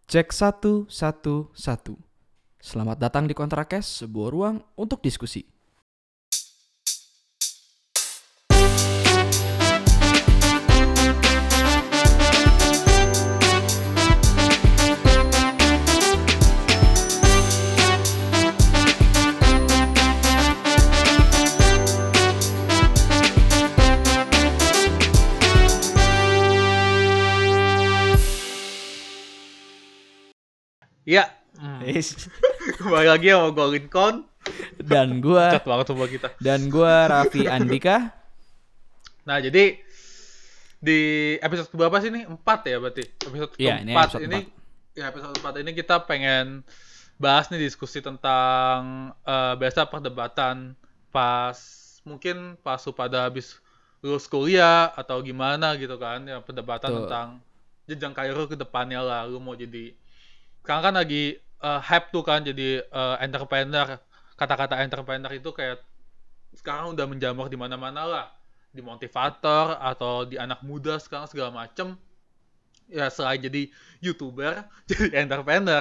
Cek 111. Selamat datang di Kontrakes, sebuah ruang untuk diskusi. Iya, Yes. kembali lagi sama gue Lincoln. Dan gua Cat banget semua kita. Raffi Andika. Nah, jadi di episode keberapa sih ini? 4 ya berarti. Episode Iya, ini keempat episode ini, ya episode 4 ini kita pengen bahas nih diskusi tentang biasa perdebatan pas lu pada habis lulus kuliah atau gimana gitu kan, ya perdebatan Tuh. tentang jenjang karir lu ke depannya lah. Lu mau jadi, sekarang kan lagi hype tuh kan jadi entrepreneur. Kata-kata entrepreneur itu kayak sekarang udah menjamur di mana-mana lah, di motivator atau di anak muda sekarang segala macem. Ya selain jadi youtuber, jadi entrepreneur.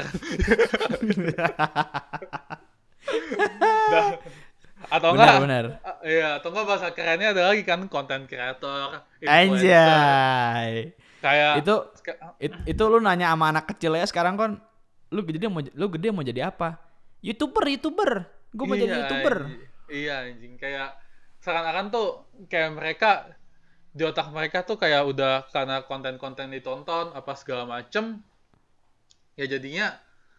Dah. Atau enggak, Benar. ya atau enggak bahasa kerennya ada lagi kan, content creator, influencer. Anjay. Kayak Itu lu nanya sama anak kecil ya sekarang kan, lu gede mau jadi apa? YouTuber. Gue mau jadi YouTuber. Iya anjing, kayak seakan-akan tuh kayak mereka di otak mereka tuh kayak udah karena konten-konten ditonton apa segala macem, ya jadinya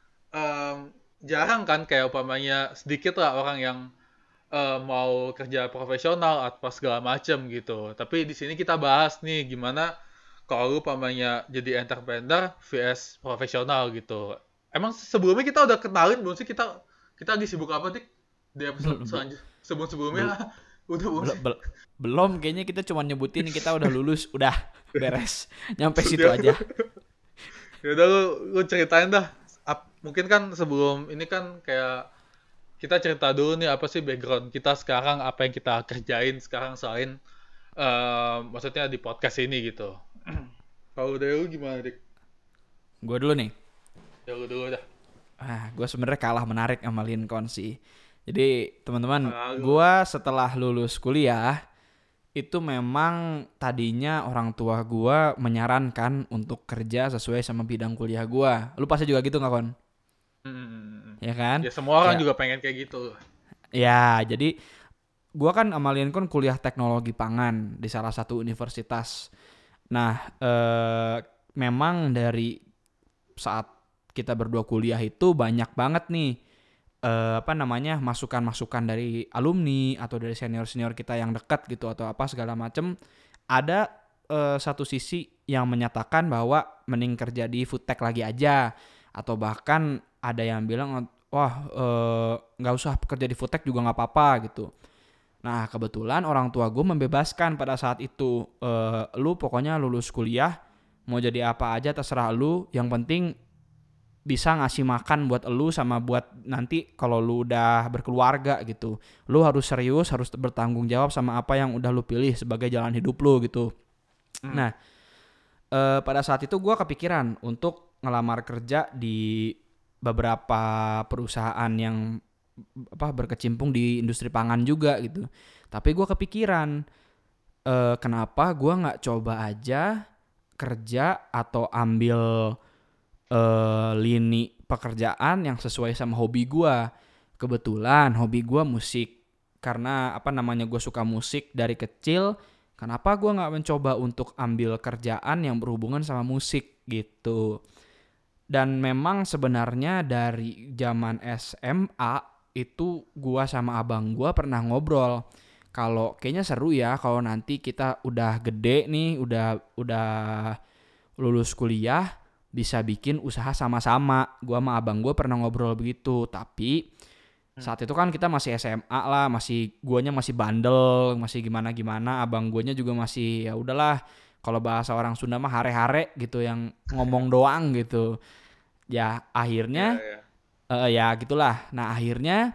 jarang kan kayak umpamanya sedikit lah orang yang mau kerja profesional apa segala macem gitu. Tapi di sini kita bahas nih gimana kalau lu umpamanya jadi entrepreneur vs profesional gitu. Emang sebelumnya kita udah kenalin belum sih, kita lagi sibuk apa dik di episode Belum, sebelumnya? Udah belum sih? belum, kayaknya kita cuma nyebutin kita udah lulus, udah beres. Nyampe situ aja. Ya udah, lu ceritain dah. Mungkin kan sebelum ini kan kayak kita cerita dulu nih apa sih background kita sekarang, apa yang kita kerjain sekarang selain maksudnya di podcast ini gitu. Kalau dari lu gimana dik? Gue dulu nih. Ya lu dulu dah. Gue sebenarnya kalah menarik sama Lincoln sih. Jadi teman-teman, Lalu. gue setelah lulus kuliah itu memang tadinya orang tua gue menyarankan untuk kerja sesuai sama bidang kuliah gue. Lu pasti juga gitu nggak kon? Ya kan? Ya semua orang Kayak juga pengen kayak gitu. ya, jadi gue kan sama Lincoln kuliah teknologi pangan di salah satu universitas. Nah, memang dari saat kita berdua kuliah itu banyak banget nih masukan-masukan dari alumni atau dari senior-senior kita yang dekat gitu atau apa segala macem. Ada satu sisi yang menyatakan bahwa mending kerja di food tech lagi aja, atau bahkan ada yang bilang wah nggak usah kerja di food tech juga nggak apa-apa gitu. Nah kebetulan orang tua gue membebaskan pada saat itu, lu pokoknya lulus kuliah mau jadi apa aja terserah lu, yang penting bisa ngasih makan buat lu sama buat nanti kalau lu udah berkeluarga gitu. Lu harus serius, harus bertanggung jawab sama apa yang udah lu pilih sebagai jalan hidup lu gitu. Nah, pada saat itu gue kepikiran untuk ngelamar kerja di beberapa perusahaan yang berkecimpung di industri pangan juga gitu. Tapi gue kepikiran, kenapa gue nggak coba aja kerja atau ambil lini pekerjaan yang sesuai sama hobi gue. Kebetulan hobi gue musik. Karena gue suka musik dari kecil. Kenapa gue nggak mencoba untuk ambil kerjaan yang berhubungan sama musik gitu. Dan memang sebenarnya dari zaman SMA itu gue sama abang gue pernah ngobrol. Kalau kayaknya seru ya kalau nanti kita udah gede nih, udah lulus kuliah, bisa bikin usaha sama-sama. Gua sama abang gue pernah ngobrol begitu. Tapi saat itu kan kita masih SMA lah, guanya masih bandel, masih gimana-gimana. Abang guanya juga masih ya udahlah, kalau bahasa orang Sunda mah hare-hare gitu, yang ngomong doang gitu. Ya akhirnya ya gitulah. Nah akhirnya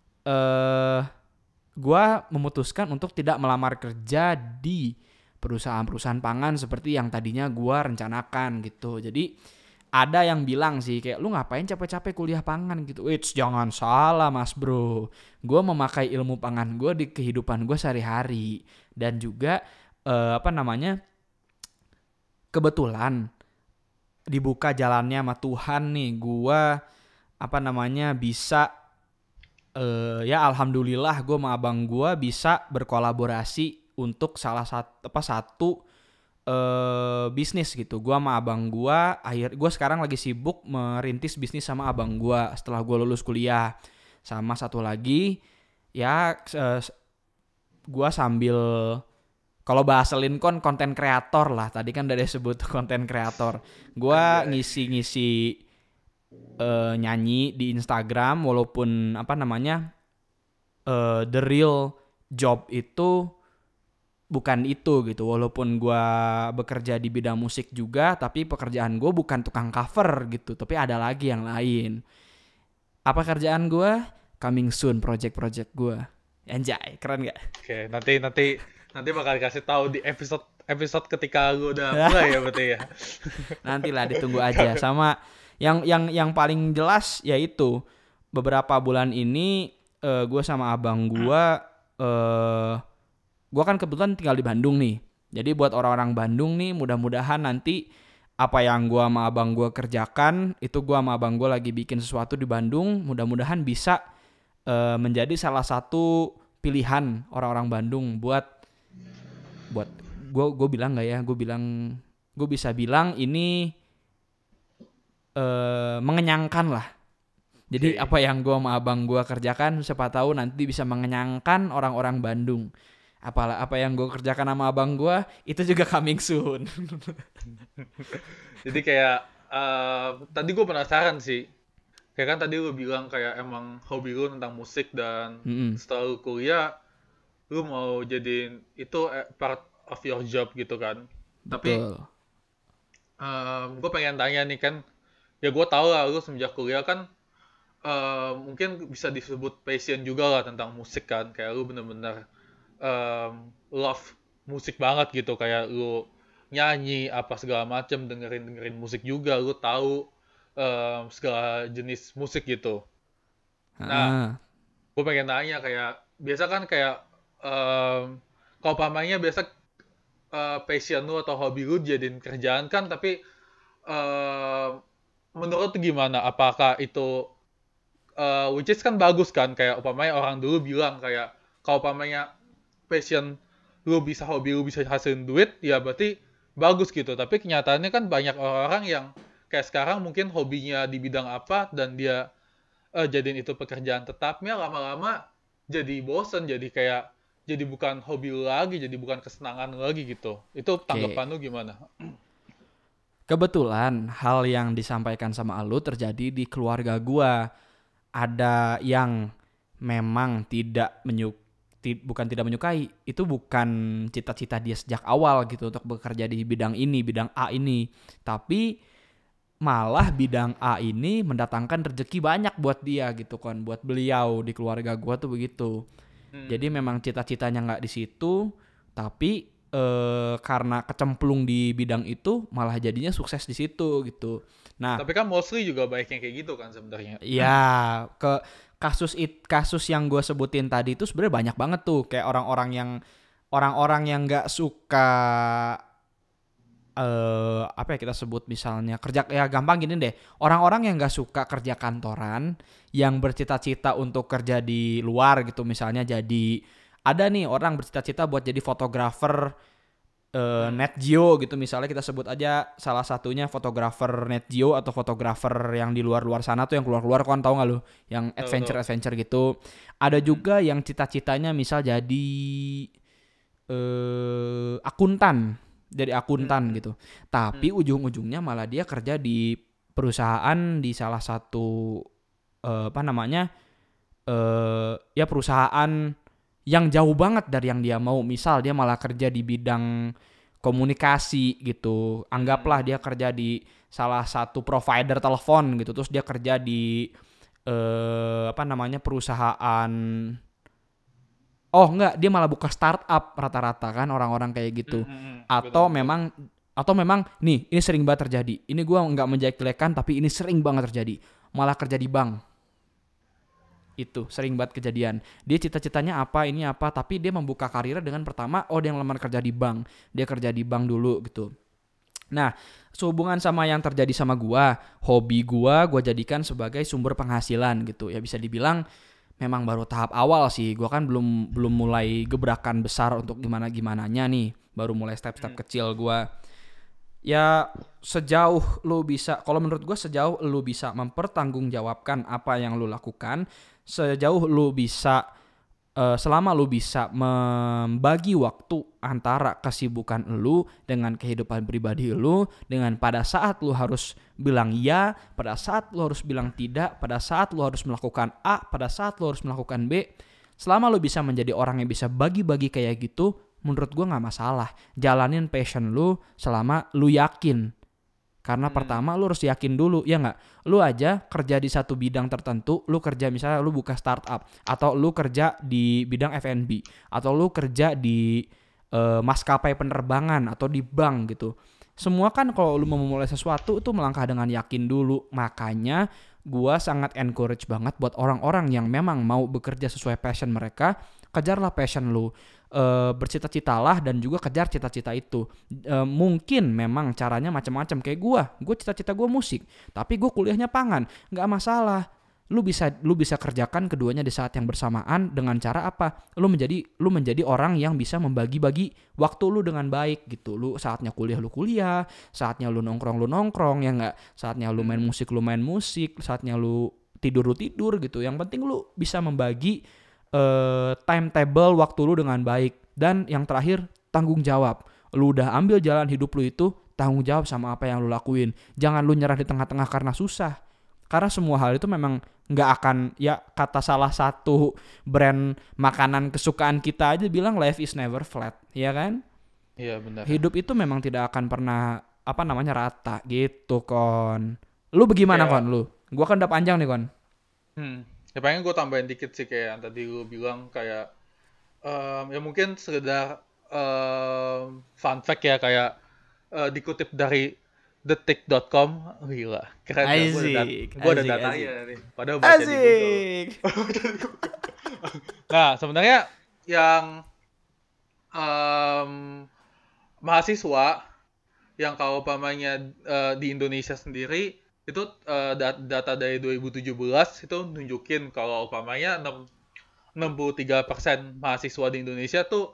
gua memutuskan untuk tidak melamar kerja di perusahaan-perusahaan pangan seperti yang tadinya gua rencanakan gitu. Jadi ada yang bilang sih kayak lu ngapain capek-capek kuliah pangan gitu. Wits, jangan salah mas bro. Gue memakai ilmu pangan gue di kehidupan gue sehari-hari. Dan juga apa namanya, kebetulan dibuka jalannya sama Tuhan nih. Gue apa namanya bisa ya alhamdulillah gue sama abang gue bisa berkolaborasi untuk satu bisnis gitu. Gua sama abang gua gua sekarang lagi sibuk merintis bisnis sama abang gua setelah gua lulus kuliah. Sama satu lagi ya gua sambil kalau bahasa Linkon konten kreator lah. Tadi kan udah disebut konten kreator. Gua Anjay. ngisi-ngisi nyanyi di Instagram walaupun apa namanya the real job itu bukan itu gitu. Walaupun gue bekerja di bidang musik juga, tapi pekerjaan gue bukan tukang cover gitu. Tapi ada lagi yang lain. Apa kerjaan gue? Coming soon project-project gue. Anjay, keren gak? Oke, nanti bakal dikasih tahu di episode episode ketika lu udah mulai ya berarti ya. Nantilah ditunggu aja. Sama yang paling jelas yaitu beberapa bulan ini gue sama abang gue kan kebetulan tinggal di Bandung nih. Jadi buat orang-orang Bandung nih, mudah-mudahan nanti apa yang gue sama abang gue kerjakan, itu gue sama abang gue lagi bikin sesuatu di Bandung, mudah-mudahan bisa menjadi salah satu pilihan orang-orang Bandung buat gue bilang nggak ya, gue bisa bilang ini mengenyangkan lah. Jadi Oke. apa yang gue sama abang gue kerjakan, siapa tahu nanti bisa mengenyangkan orang-orang Bandung. Apa yang gue kerjakan sama abang gue itu juga coming soon. Jadi kayak tadi gue penasaran sih. Kayak kan tadi lu bilang kayak emang hobi lu tentang musik dan Mm-mm, setelah lu kuliah lu mau jadiin itu part of your job gitu kan. Tapi betul. gue pengen tanya nih kan, ya gue tahu lah lu semenjak kuliah kan mungkin bisa disebut passion juga lah tentang musik kan. Kayak lu bener-bener love musik banget gitu, kayak lu nyanyi apa segala macem, dengerin musik juga, lu tahu segala jenis musik gitu. Nah, Ah, gue pengen nanya kayak biasa kan kayak kalau pamannya biasa passion lu atau hobi lu jadiin kerjaan kan, tapi eh, menurut lu gimana? Apakah itu which is kan bagus kan, kayak umpamanya orang dulu bilang kayak kalau umpamanya passion lu bisa, hobi lu bisa hasilin duit ya berarti bagus gitu, tapi kenyataannya kan banyak orang-orang yang kayak sekarang mungkin hobinya di bidang apa dan dia jadiin itu pekerjaan tetapnya, lama-lama jadi bosen, jadi kayak jadi bukan hobi lu lagi, jadi bukan kesenangan lu lagi gitu. Itu oke. tanggapan lu gimana? Kebetulan hal yang disampaikan sama lu terjadi di keluarga gua. Ada yang memang bukan tidak menyukai, itu bukan cita-cita dia sejak awal gitu untuk bekerja di bidang ini, bidang A ini. Tapi malah bidang A ini mendatangkan rezeki banyak buat dia gitu kan, buat beliau di keluarga gua tuh begitu. Jadi Hmm. memang cita-citanya nggak di situ, tapi karena kecemplung di bidang itu malah jadinya sukses di situ gitu. Nah, Tapi kan mostly juga banyak yang kayak gitu kan sebenarnya. ya ke kasus yang gue sebutin tadi itu sebenarnya banyak banget tuh kayak orang-orang yang nggak suka apa ya kita sebut misalnya kerja, ya gampang gini deh, orang-orang yang nggak suka kerja kantoran yang bercita-cita untuk kerja di luar gitu, misalnya jadi ada nih orang bercita-cita buat jadi fotografer Hmm. Net Geo gitu, misalnya kita sebut aja salah satunya fotografer Net Geo atau fotografer yang di luar-luar sana tuh, yang keluar-keluar kan, tahu nggak lu, yang Tahu tahu. adventure gitu. Ada Hmm. juga yang cita-citanya misal jadi akuntan, jadi akuntan Hmm. gitu. Tapi Hmm. ujung-ujungnya malah dia kerja di perusahaan, di salah satu apa namanya ya perusahaan yang jauh banget dari yang dia mau. Misal dia malah kerja di bidang komunikasi gitu. Anggaplah Hmm. dia kerja di salah satu provider telepon gitu. Terus dia kerja di apa namanya perusahaan. Oh enggak, dia malah buka startup rata-rata kan orang-orang kayak Hmm. gitu. Hmm. Hmm. Atau Benar-benar. memang Atau memang nih ini sering banget terjadi. Ini gue nggak menjelek-jelekan tapi ini sering banget terjadi. Malah kerja di bank. Itu sering banget kejadian. Dia cita-citanya apa, ini apa, tapi dia membuka karirnya dengan pertama, dia ngelamar kerja di bank. Dia kerja di bank dulu gitu. Nah, sehubungan sama yang terjadi sama gua, hobi gua jadikan sebagai sumber penghasilan gitu. Ya bisa dibilang memang baru tahap awal sih. Gua kan belum belum mulai gebrakan besar untuk gimana-gimananya nih. Baru mulai step-step kecil gua. Ya sejauh lu bisa, kalau menurut gue sejauh lu bisa mempertanggungjawabkan apa yang lu lakukan, sejauh lu bisa selama lu bisa membagi waktu antara kesibukan lu dengan kehidupan pribadi lu, dengan pada saat lu harus bilang ya, pada saat lu harus bilang tidak, pada saat lu harus melakukan A, pada saat lu harus melakukan B, selama lu bisa menjadi orang yang bisa bagi-bagi kayak gitu, menurut gue nggak masalah. Jalanin passion lu selama lu yakin. Karena pertama lu harus yakin dulu, ya nggak? Lu aja kerja di satu bidang tertentu, lu kerja misalnya lu buka startup, atau lu kerja di bidang F&B, atau lu kerja di maskapai penerbangan, atau di bank gitu. Semua kan kalau lu mau memulai sesuatu itu melangkah dengan yakin dulu. Makanya gua sangat encourage banget buat orang-orang yang memang mau bekerja sesuai passion mereka, kejarlah passion lu. Bercita-citalah dan juga kejar cita-cita itu. Mungkin memang caranya macam-macam kayak gue cita-cita gue musik, tapi gue kuliahnya pangan, nggak masalah. Lu bisa kerjakan keduanya di saat yang bersamaan dengan cara apa? Lu menjadi orang yang bisa membagi-bagi waktu lu dengan baik gitu. Lu saatnya kuliah lu kuliah, saatnya lu nongkrong ya nggak, saatnya lu main musik, saatnya lu tidur gitu. Yang penting lu bisa membagi timetable waktu lu dengan baik. Dan yang terakhir, tanggung jawab. Lu udah ambil jalan hidup lu itu, tanggung jawab sama apa yang lu lakuin. Jangan lu nyerah di tengah-tengah karena susah. Karena semua hal itu memang nggak akan, ya kata salah satu brand makanan kesukaan kita aja bilang life is never flat, ya kan? Iya benar. Hidup itu memang tidak akan pernah rata gitu kon. Lu bagaimana kon Kayak lu? Gua kan udah panjang nih kon. ya pengen gue tambahin dikit sih kayak yang tadi lu bilang kayak ya mungkin sekedar fun fact ya kayak dikutip dari detik.com. Gila keren gak, Asik, gue ada asik, asik. datanya nih padahal baca di Google. Asik. Nah sebenarnya yang em, mahasiswa yang kalau umpamanya di Indonesia sendiri itu data dari 2017 itu nunjukin kalau umpamanya 63% mahasiswa di Indonesia tuh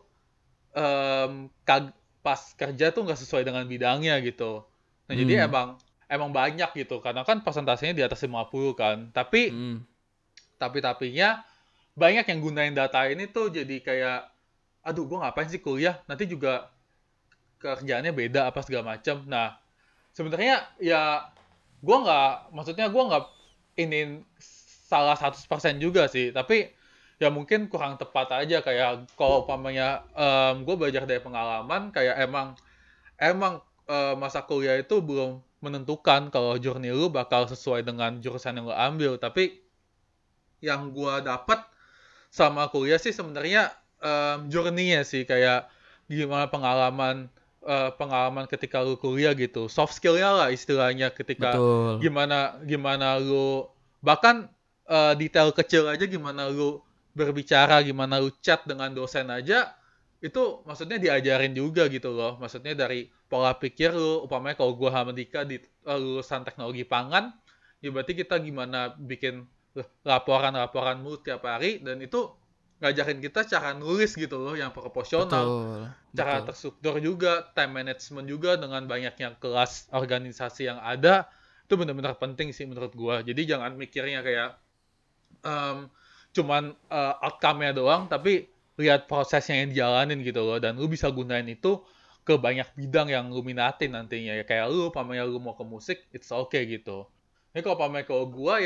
pas kerja tuh nggak sesuai dengan bidangnya gitu. Nah jadi Hmm. emang banyak gitu karena kan persentasenya di atas 50 kan. Tapi Hmm. tapinya banyak yang gunain data ini tuh jadi kayak aduh gue ngapain sih kuliah nanti juga kerjaannya beda apa segala macam. Nah sebenarnya ya maksudnya gue nggak ini salah 100% juga sih, tapi ya mungkin kurang tepat aja kayak kalau umpamanya gue belajar dari pengalaman kayak emang masa kuliah itu belum menentukan kalau journey lu bakal sesuai dengan jurusan yang lu ambil, tapi yang gue dapat sama kuliah sih sebenarnya journey-nya sih kayak gimana pengalaman ketika lu kuliah gitu, soft skill-nya lah istilahnya ketika Betul. gimana gimana lu bahkan detail kecil aja gimana lu berbicara, gimana lu chat dengan dosen aja itu maksudnya diajarin juga gitu loh. Maksudnya dari pola pikir lu, umpamanya kalau gua sama Dika di lulusan teknologi pangan, ya berarti kita gimana bikin laporan-laporan mulu tiap hari dan itu ngajarin kita cara nulis gitu loh yang proporsional, Betul. cara Betul. terstruktur juga, time management juga dengan banyaknya kelas organisasi yang ada itu benar-benar penting sih menurut gua. Jadi jangan mikirnya kayak em, cuman outcome-nya doang, tapi lihat prosesnya yang dijalanin gitu loh. Dan lu bisa gunain itu ke banyak bidang yang lu minatin nantinya. Ya kayak lu, pamer lu mau ke musik, it's okay gitu. Ini kalau pamer ke gua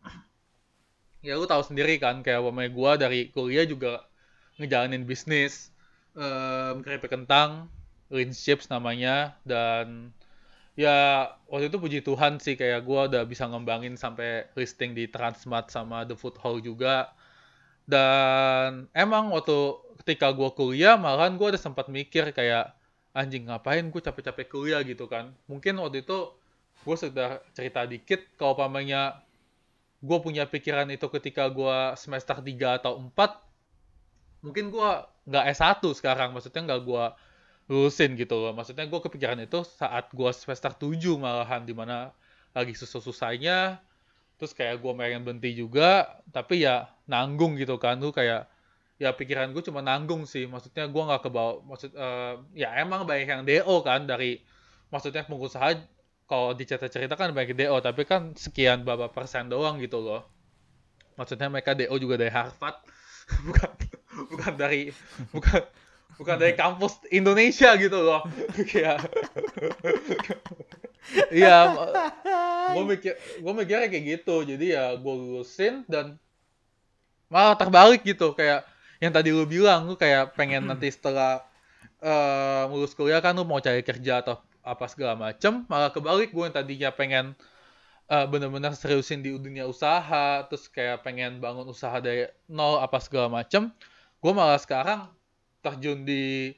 ya lu tahu sendiri kan, kayak pamer gua dari kuliah juga ngejalanin bisnis, keripik kentang, Lean Chips namanya, dan ya waktu itu puji Tuhan sih kayak gue udah bisa ngembangin sampai listing di Transmart sama The Food Hall juga. Dan emang waktu ketika gue kuliah malahan gue udah sempat mikir kayak anjing ngapain gue capek-capek kuliah gitu kan. Mungkin waktu itu gue sudah cerita dikit, kalau pamannya gue punya pikiran itu ketika gue semester 3 atau 4, mungkin gue nggak S1 sekarang, maksudnya nggak gue lulusin gitu loh. Maksudnya gue kepikiran itu saat gue semester 7 malahan, dimana lagi susah-susahnya, terus kayak gue pengen berhenti juga, tapi ya nanggung gitu kan. Tuh kayak, ya pikiran gue cuma nanggung sih, maksudnya gue nggak kebawa, ya emang banyak yang DO kan, dari maksudnya pengusaha, kalau dicerita-cerita kan banyak DO, tapi kan sekian berapa persen doang gitu loh. Maksudnya mereka DO juga dari Harvard, bukan bukan dari bukan bukan dari kampus Indonesia gitu loh. Kayak iya, gue mikirnya kayak gitu, jadi ya gue lulusin dan malah terbalik gitu, kayak yang tadi lu bilang, lu kayak pengen nanti setelah lulus kuliah kan lu mau cari kerja atau apa segala macem, malah kebalik gue yang tadinya pengen bener-bener seriusin di dunia usaha, terus kayak pengen bangun usaha dari nol apa segala macem, gue malah sekarang terjun di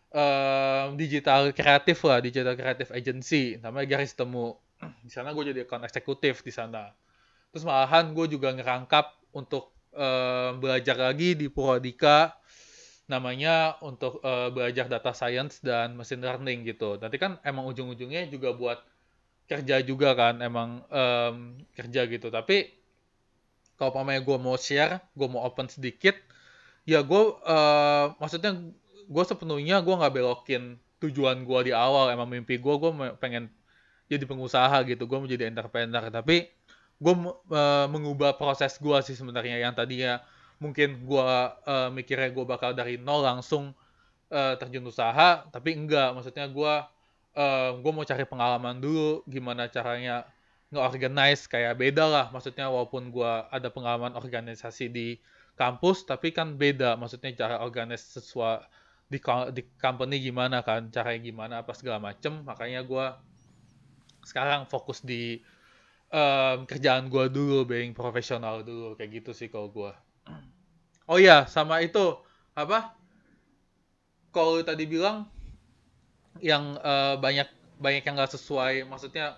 digital kreatif lah, digital kreatif agency, namanya Garis Temu. Di sana gue jadi account eksekutif di sana. Terus malahan gue juga ngerangkap untuk belajar lagi di Purwadika, namanya untuk belajar data science dan machine learning gitu. Nanti kan emang ujung-ujungnya juga buat kerja juga kan, emang kerja gitu. Tapi kalau pamanya gue mau share, gue mau open sedikit, ya gue maksudnya gue sepenuhnya gue nggak belokin tujuan gue di awal. Emang mimpi gue pengen jadi pengusaha gitu, gue mau jadi entrepreneur. Tapi gue mengubah proses gue sih sebenarnya, yang tadinya mungkin gue mikirnya gue bakal dari nol langsung terjun usaha, tapi enggak, maksudnya gue mau cari pengalaman dulu gimana caranya nge-organize, kayak beda lah, maksudnya walaupun gue ada pengalaman organisasi di kampus, tapi kan beda, maksudnya cara organize sesuai di company gimana kan, caranya gimana apa segala macem. Makanya gue sekarang fokus di kerjaan gue dulu, being profesional dulu, kayak gitu sih kalau gue. Oh iya, sama itu apa, kalau tadi bilang yang banyak banyak yang nggak sesuai, maksudnya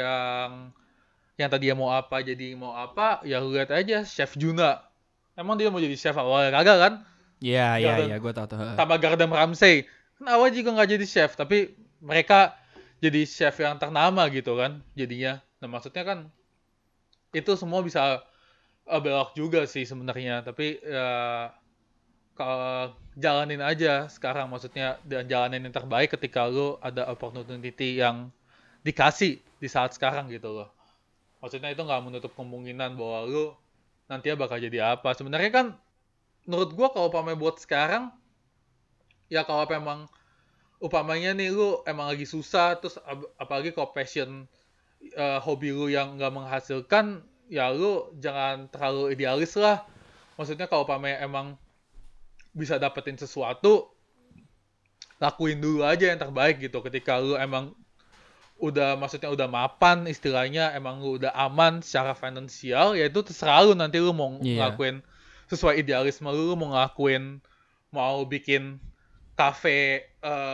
yang tadi mau apa jadi mau apa, ya lu lihat aja Chef Juna, emang dia mau jadi chef awalnya kagak kan. Iya, iya, iya, Gordon gue tahu tuh. sama Gordon Ramsay kan awal juga nggak jadi chef, tapi mereka jadi chef yang ternama gitu kan jadinya. Nah maksudnya kan itu semua bisa belok juga sih sebenarnya, tapi ya kalau jalanin aja sekarang, maksudnya dan jalanin yang terbaik ketika lu ada opportunity yang dikasih di saat sekarang gitu loh. Maksudnya itu nggak menutup kemungkinan bahwa lu nantinya bakal jadi apa. Sebenarnya kan menurut gua kalau umpamanya buat sekarang, ya kalau memang umpamanya nih lu emang lagi susah, terus apalagi kalau passion hobi lu yang nggak menghasilkan, ya lu jangan terlalu idealis lah. Maksudnya kalau umpamanya emang bisa dapetin sesuatu, lakuin dulu aja yang terbaik gitu. Ketika lu emang udah, maksudnya udah mapan istilahnya, emang lu udah aman secara finansial, ya itu terserah lu nanti lu mau Iya. ngelakuin sesuai idealisme lu mau ngelakuin, mau bikin kafe,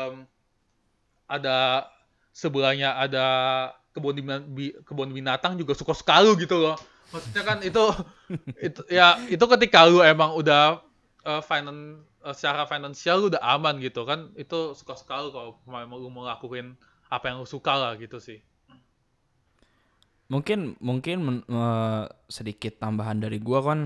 ada sebelahnya ada kebun binatang juga suka-suka lu gitu loh. Maksudnya kan itu ya itu ketika lu emang udah secara finansial lu udah aman gitu kan, itu suka-suka lu kalau mau lu mau ngelakuin apa yang lu suka lah gitu sih. Mungkin mungkin sedikit tambahan dari gua kan,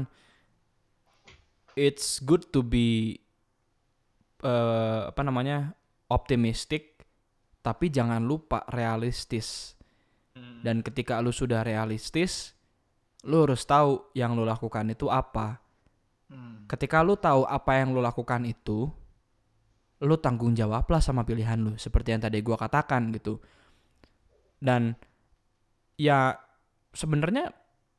it's good to be apa namanya, optimistic, tapi jangan lupa realistis. Dan ketika lu sudah realistis, lu harus tahu yang lu lakukan itu apa. Ketika lu tahu apa yang lu lakukan itu, lu tanggung jawablah sama pilihan lu, seperti yang tadi gua katakan gitu. Dan ya sebenarnya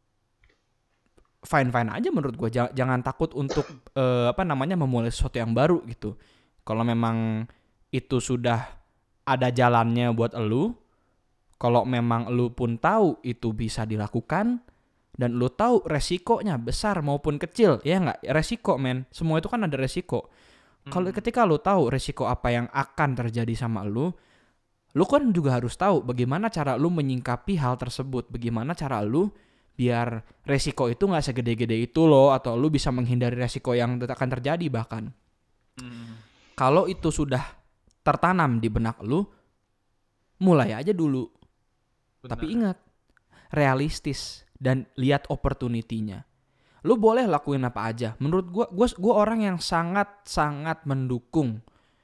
fine aja menurut gue. Jangan takut untuk apa namanya, memulai sesuatu yang baru gitu. Kalau memang itu sudah ada jalannya buat elu, kalau memang elu pun tahu itu bisa dilakukan dan elu tahu resikonya besar maupun kecil, ya nggak, resiko men, semua itu kan ada resiko. Kalau ketika lu tahu resiko apa yang akan terjadi sama lu kan juga harus tahu bagaimana cara lu menyingkapi hal tersebut, bagaimana cara lu biar resiko itu nggak segede-gede itu loh, atau lu bisa menghindari resiko yang akan terjadi bahkan. Kalau itu sudah tertanam di benak lu, mulai aja dulu. Benar. Tapi ingat, realistis dan lihat opportunity-nya. Lu boleh lakuin apa aja. Menurut gua orang yang sangat mendukung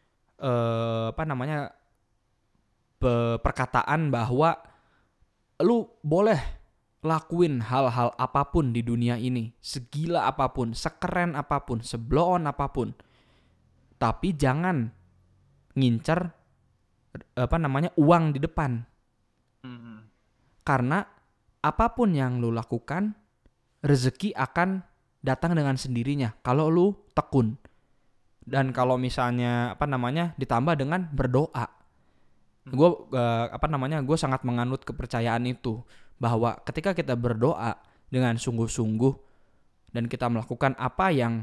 perkataan bahwa lu boleh lakuin hal-hal apapun di dunia ini, segila apapun, sekeren apapun, seblow on apapun. Tapi jangan ngincer uang di depan. Karena apapun yang lu lakukan, rezeki akan datang dengan sendirinya kalau lu tekun. Dan kalau misalnya ditambah dengan berdoa. Gue sangat menganut kepercayaan itu, bahwa ketika kita berdoa dengan sungguh-sungguh dan kita melakukan apa yang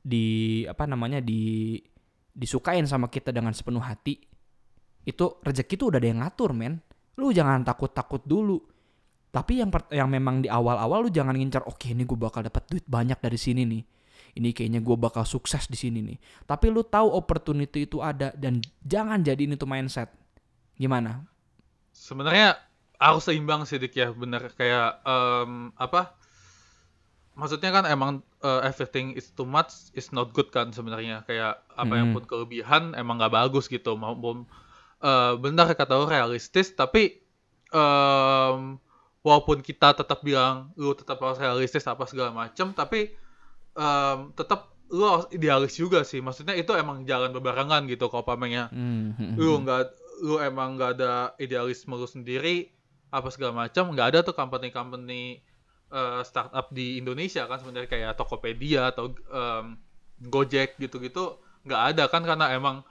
disukain sama kita dengan sepenuh hati, itu rezeki tuh udah ada yang ngatur, men. Lu jangan takut-takut dulu. Tapi yang memang di awal-awal lu jangan ngincar, oke, ini gue bakal dapat duit banyak dari sini nih. Ini kayaknya gue bakal sukses di sini nih. Tapi lu tahu opportunity itu ada dan jangan jadiin itu mindset. Gimana? Sebenarnya harus seimbang sih, Dik, ya. Bener kayak maksudnya kan emang everything is too much is not good kan sebenarnya. Kayak apa yang pun kelebihan emang nggak bagus gitu. Maupun benar kata lu realistis, tapi walaupun kita tetap bilang lu tetap harus realistis apa segala macam, tapi tetap lu harus idealis juga sih. Maksudnya itu emang jalan berbarengan gitu. Kalau pamannya lu emang nggak ada idealisme lu sendiri apa segala macam, nggak ada tuh company startup di Indonesia kan sebenarnya, kayak Tokopedia atau Gojek gitu-gitu nggak ada kan, karena emang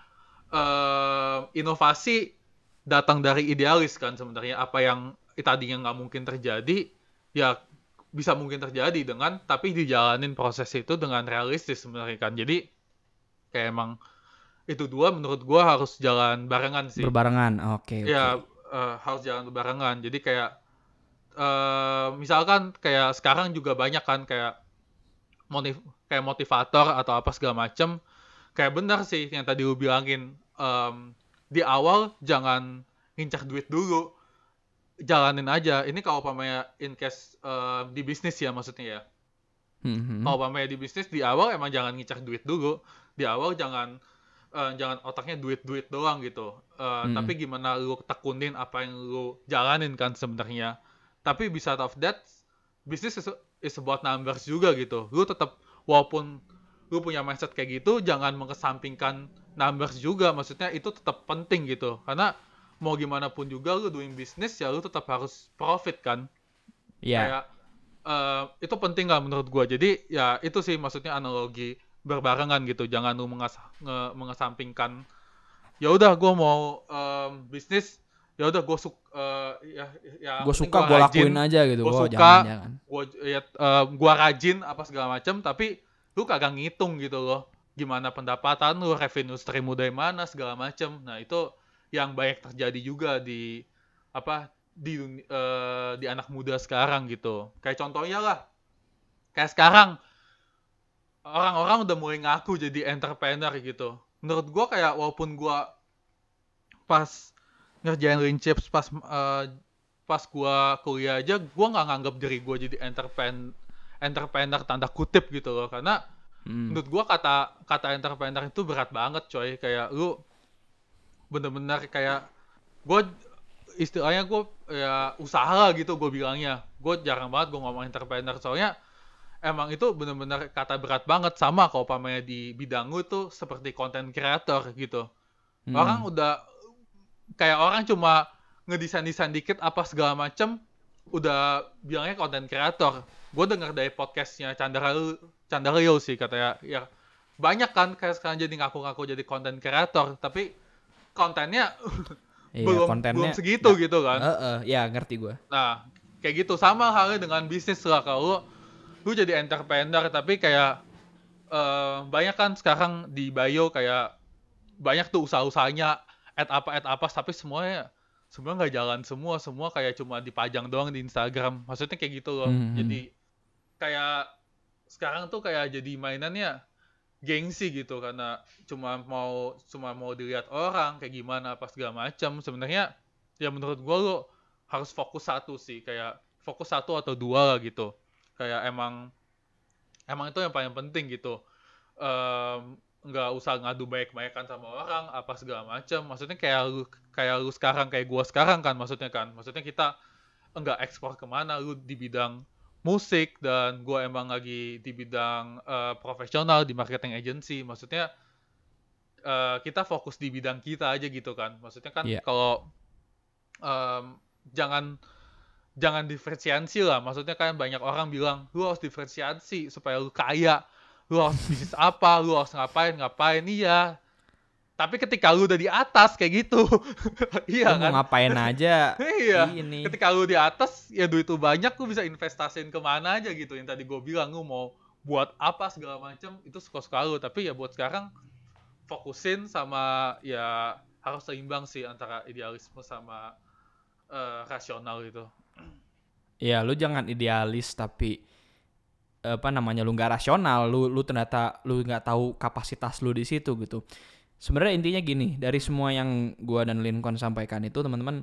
inovasi datang dari idealis kan sebenarnya. Apa yang tadinya nggak mungkin terjadi ya bisa mungkin terjadi dengan, tapi dijalanin proses itu dengan realistis sebenarnya kan. Jadi kayak emang itu dua menurut gua harus jalan barengan sih. Berbarengan, oke. Ya harus jalan berbarengan. Jadi kayak misalkan kayak sekarang juga banyak kan kayak motivator atau apa segala macem. Kayak benar sih yang tadi lu bilangin, di awal jangan ngincar duit dulu, jalanin aja. Ini kalau pamer in case di bisnis ya maksudnya ya. Kalau pamer di bisnis di awal emang jangan ngincar duit dulu. Di awal jangan otaknya duit doang gitu. Tapi gimana lu tekunin apa yang lu jalanin kan sebenarnya. Tapi beside of that, bisnis is about numbers juga gitu. Lu tetap, walaupun lu punya mindset kayak gitu, jangan mengesampingkan numbers juga. Maksudnya itu tetap penting gitu. Karena mau gimana pun juga lu doing bisnis ya lu tetap harus profit kan. Iya. Kayak itu penting lah menurut gua. Jadi ya itu sih maksudnya analogi berbarengan gitu. Jangan lu mengesampingkan ya udah gua mau bisnis, ya udah gue suka gue lakuin aja gitu. Gue suka gue rajin apa segala macam, tapi lu kagak ngitung gitu loh gimana pendapatan lu, revenue stream lu dari mana segala macam. Nah itu yang banyak terjadi juga di anak muda sekarang gitu. Kayak contohnya lah, kayak sekarang orang-orang udah mulai ngaku jadi entrepreneur gitu. Menurut gue kayak walaupun gue pas ngerjain Lean Chips pas gue kuliah aja, gue nggak nganggap diri gue jadi entrepreneur tanda kutip gitu loh. Karena menurut gue kata entrepreneur itu berat banget coy. Kayak lu bener-bener kayak gue istilahnya gue ya usaha gitu gue bilangnya. Gue jarang banget gue ngomong entrepreneur, soalnya emang itu bener-bener kata berat banget. Sama kalau pamannya di bidang lu tuh seperti content creator gitu. Orang udah kayak orang cuma ngedesain dikit apa segala macem udah bilangnya content creator. Gue denger dari podcastnya Chandra Leo sih, katanya ya banyak kan kayak sekarang jadi ngaku-ngaku jadi content creator, tapi kontennya belum segitu gitu kan. Ya ngerti gue. Nah kayak gitu sama halnya dengan bisnis lah. Kalau lu jadi entrepreneur tapi kayak banyak kan sekarang di bio kayak banyak tuh usaha-usahanya add apa tapi semuanya nggak jalan semua kayak cuma dipajang doang di Instagram, maksudnya kayak gitu loh. Hmm. Jadi kayak sekarang tuh kayak jadi mainannya gengsi gitu, karena cuma mau dilihat orang kayak gimana apa segala macam. Sebenarnya ya menurut gue lo harus fokus satu sih, kayak fokus satu atau dua lah gitu, kayak emang itu yang paling penting gitu. Nggak usah ngadu baik-baikan sama orang apa segala macam, maksudnya kayak lu sekarang, kayak gua sekarang kan, maksudnya kita enggak ekspor kemana, lu di bidang musik dan gua emang lagi di bidang profesional di marketing agency. Maksudnya kita fokus di bidang kita aja gitu kan, maksudnya kan Iya. kalau em, jangan jangan diferensiasi lah. Maksudnya kan banyak orang bilang lu harus diferensiasi supaya lu kaya, lu harus bisnis apa, lu harus ngapain. Iya, tapi ketika lu udah di atas kayak gitu, Lu iya mau kan. ngapain aja Iya, ini. ketika lu di atas ya duit lu banyak, lu bisa investasiin kemana aja gitu. Yang tadi gue bilang, lu mau buat apa segala macam itu suka-suka lu. Tapi ya buat sekarang fokusin sama, ya harus seimbang sih antara idealisme sama rasional gitu. Ya lu jangan idealis tapi apa namanya, lu nggak rasional, lu ternyata lu nggak tahu kapasitas lu di situ gitu. Sebenarnya intinya gini, dari Hmm. semua yang gua dan Lincoln sampaikan itu teman-teman,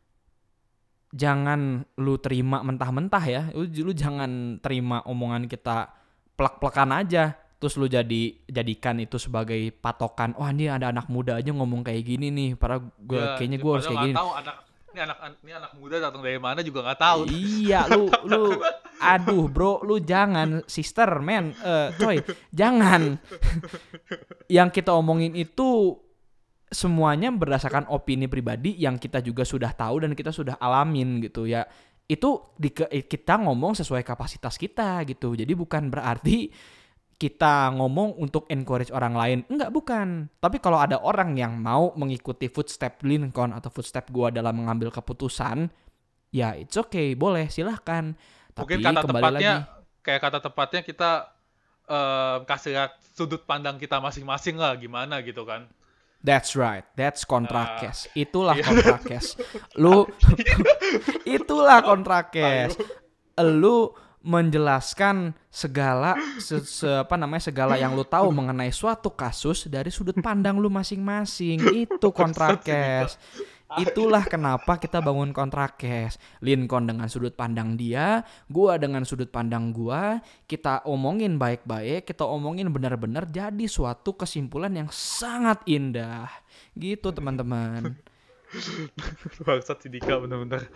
jangan lu terima mentah-mentah ya. Lu jangan terima omongan kita plek-plekan aja. Terus lu jadikan itu sebagai patokan. Wah, ini ada anak muda aja ngomong kayak gini nih. Padahal Ya, kayaknya dia gue harus padahal kayak nggak gini. tahu ini anak muda datang dari mana juga nggak tahu. Iya, lu aduh bro, lu jangan sister, man, coy, jangan. Yang kita omongin itu semuanya berdasarkan opini pribadi yang kita juga sudah tahu dan kita sudah alamin gitu ya. Itu kita ngomong sesuai kapasitas kita gitu. Jadi bukan berarti kita ngomong untuk encourage orang lain. Enggak, bukan. Tapi kalau ada orang yang mau mengikuti footstep Lincoln atau footstep gua dalam mengambil keputusan, ya it's okay, boleh, silahkan. Mungkin Tapi kembali lagi, kata tepatnya kita kasih lihat sudut pandang kita masing-masing lah gimana gitu kan. that's right, that's Nah, kontrakes. Itulah iya. kontrakes. Lu itulah Tai kontrakes. lu. Lu menjelaskan segala apa namanya, segala yang lu tahu mengenai suatu kasus dari sudut pandang lu masing-masing. Itu Bangsat sih Dika. kontrakes. Itulah kenapa kita bangun kontrakes. Lincoln dengan sudut pandang dia, gua dengan sudut pandang gua, kita omongin baik-baik, kita omongin benar-benar jadi suatu kesimpulan yang sangat indah. Gitu teman-teman. Bangsat si Dika bener-bener.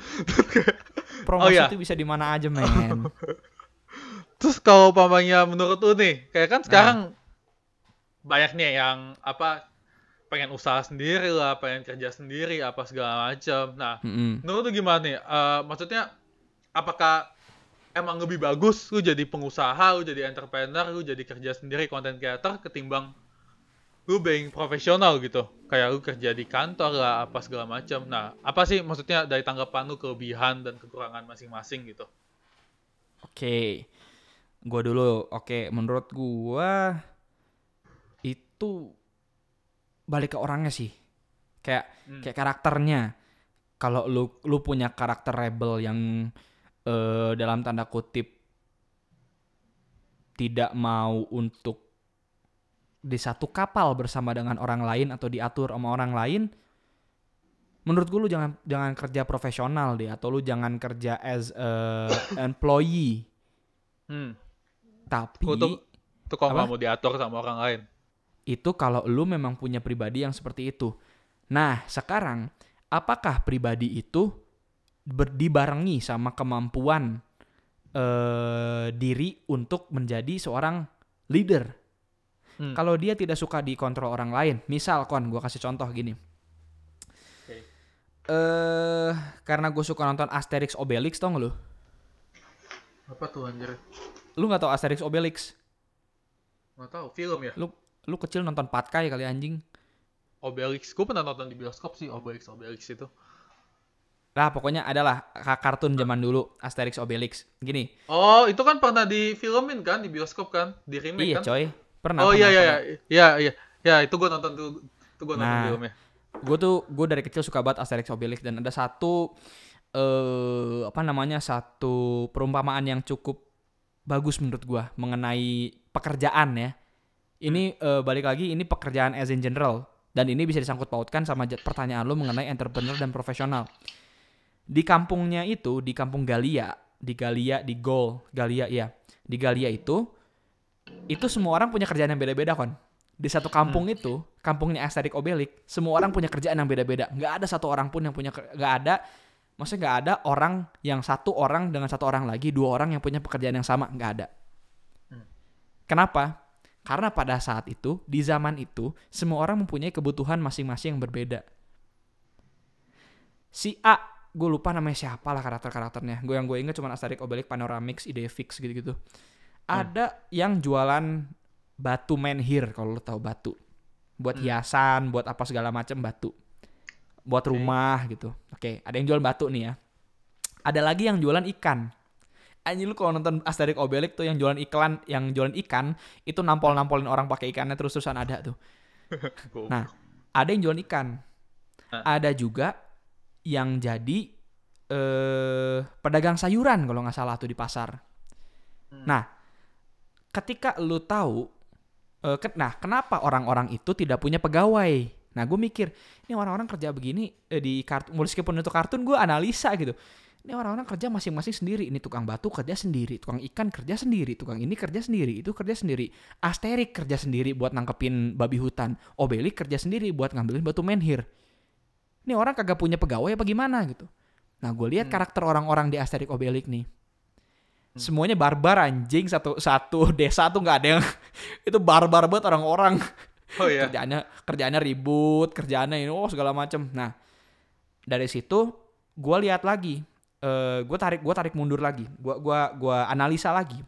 Oh Promosi ya, itu bisa di mana aja, men. terus kalau umpamanya menurut lu nih, kayak kan sekarang Nah, banyak nih yang apa, pengen usaha sendiri lah, pengen kerja sendiri apa segala macam. Nah, mm-mm. menurut lu gimana nih? Maksudnya apakah emang lebih bagus lu jadi pengusaha, lu jadi entrepreneur, lu jadi kerja sendiri content creator ketimbang lu being profesional gitu? Kayak lu kerja di kantor lah apa segala macam. Nah, apa sih maksudnya dari tanggapan lu kelebihan dan kekurangan masing-masing gitu? Oke, gua dulu. Oke, menurut gua itu balik ke orangnya sih. Kayak Hmm. kayak karakternya. Kalau lu punya karakter rebel yang dalam tanda kutip tidak mau untuk di satu kapal bersama dengan orang lain atau diatur sama orang lain, menurut gue lu jangan jangan kerja profesional deh, atau lu jangan kerja as a employee. Hmm. Tuh, Tapi tuh kalau nggak apa? mau diatur sama orang lain. Itu kalau lu memang punya pribadi yang seperti itu. Nah, sekarang apakah pribadi itu dibarengi sama kemampuan diri untuk menjadi seorang leader? Hmm. Kalau dia tidak suka dikontrol orang lain, misal gue kasih contoh gini. Okay. Karena gue suka nonton Asterix Obelix, tau gak lu? Apa tuh anjir? Lu nggak tahu Asterix Obelix? Nggak tahu, film ya? Lu kecil nonton Patkai kali anjing. Obelix. Gue pernah nonton di bioskop sih, Obelix itu. Lah pokoknya adalah kartun zaman dulu Asterix Obelix. Gini, Oh, itu kan pernah difilmin kan di bioskop kan? Di remake iya kan? coy. Pernah, Oh iya pernah, iya iya pernah. iya iya. Ya, itu gue nonton tuh. Itu gue nonton Nah, filmnya. gue dari kecil suka banget Asterix Obelix, dan ada satu apa namanya, satu perumpamaan yang cukup bagus menurut gue mengenai pekerjaan ya. Hmm. Ini balik lagi, ini pekerjaan as in general, dan ini bisa disangkut pautkan sama pertanyaan lo mengenai entrepreneur dan profesional. Di kampungnya itu, di kampung Galia, di Gaul, Galia ya. Di Galia itu semua orang punya kerjaan yang beda-beda kon. Di satu Hmm. kampung itu, kampungnya Asterix Obelix, semua orang punya kerjaan yang beda-beda. Nggak ada satu orang pun yang punya, nggak ada, maksudnya nggak ada orang yang satu orang dengan satu orang lagi, dua orang yang punya pekerjaan yang sama, nggak ada. Hmm. Kenapa? Karena pada saat itu, di zaman itu, semua orang mempunyai kebutuhan masing-masing yang berbeda. Si A, gue lupa namanya siapa lah karakter-karakternya. Gue inget cuma Asterix Obelix Panoramix, Idefix gitu-gitu. Hmm. Ada yang jualan batu menhir, kalau lo tahu batu. Buat Hmm. hiasan, buat apa segala macam batu. Buat Oke. rumah gitu. Oke, ada yang jual batu nih ya. Ada lagi yang jualan ikan. Anjir, lu kalau nonton Asterix Obelix tuh yang jualan ikan itu nampol-nampolin orang pakai ikannya terus-terusan ada tuh. Nah, Goblok. ada yang jualan ikan. Nah. Ada juga yang jadi pedagang sayuran kalau nggak salah tuh di pasar. Hmm. Nah, ketika lu tahu, nah kenapa orang-orang itu tidak punya pegawai? Nah, gue mikir, ini orang-orang kerja begini di kartun, meskipun itu kartun, gue analisa gitu. Ini orang-orang kerja masing-masing sendiri. Ini tukang batu kerja sendiri, tukang ikan kerja sendiri, tukang ini kerja sendiri, itu kerja sendiri. Asterix kerja sendiri buat nangkepin babi hutan. Obelix kerja sendiri buat ngambilin batu menhir. Ini orang kagak punya pegawai apa gimana gitu. Nah, gue lihat Hmm. karakter orang-orang di Asterix Obelix nih. Hmm. Semuanya barbar anjing, satu desa tuh nggak ada yang itu barbar banget orang-orang. Oh iya. kerjaannya ribut, kerjaannya ini segala macem. Nah, dari situ gue lihat lagi, gue tarik mundur lagi, gue analisa lagi.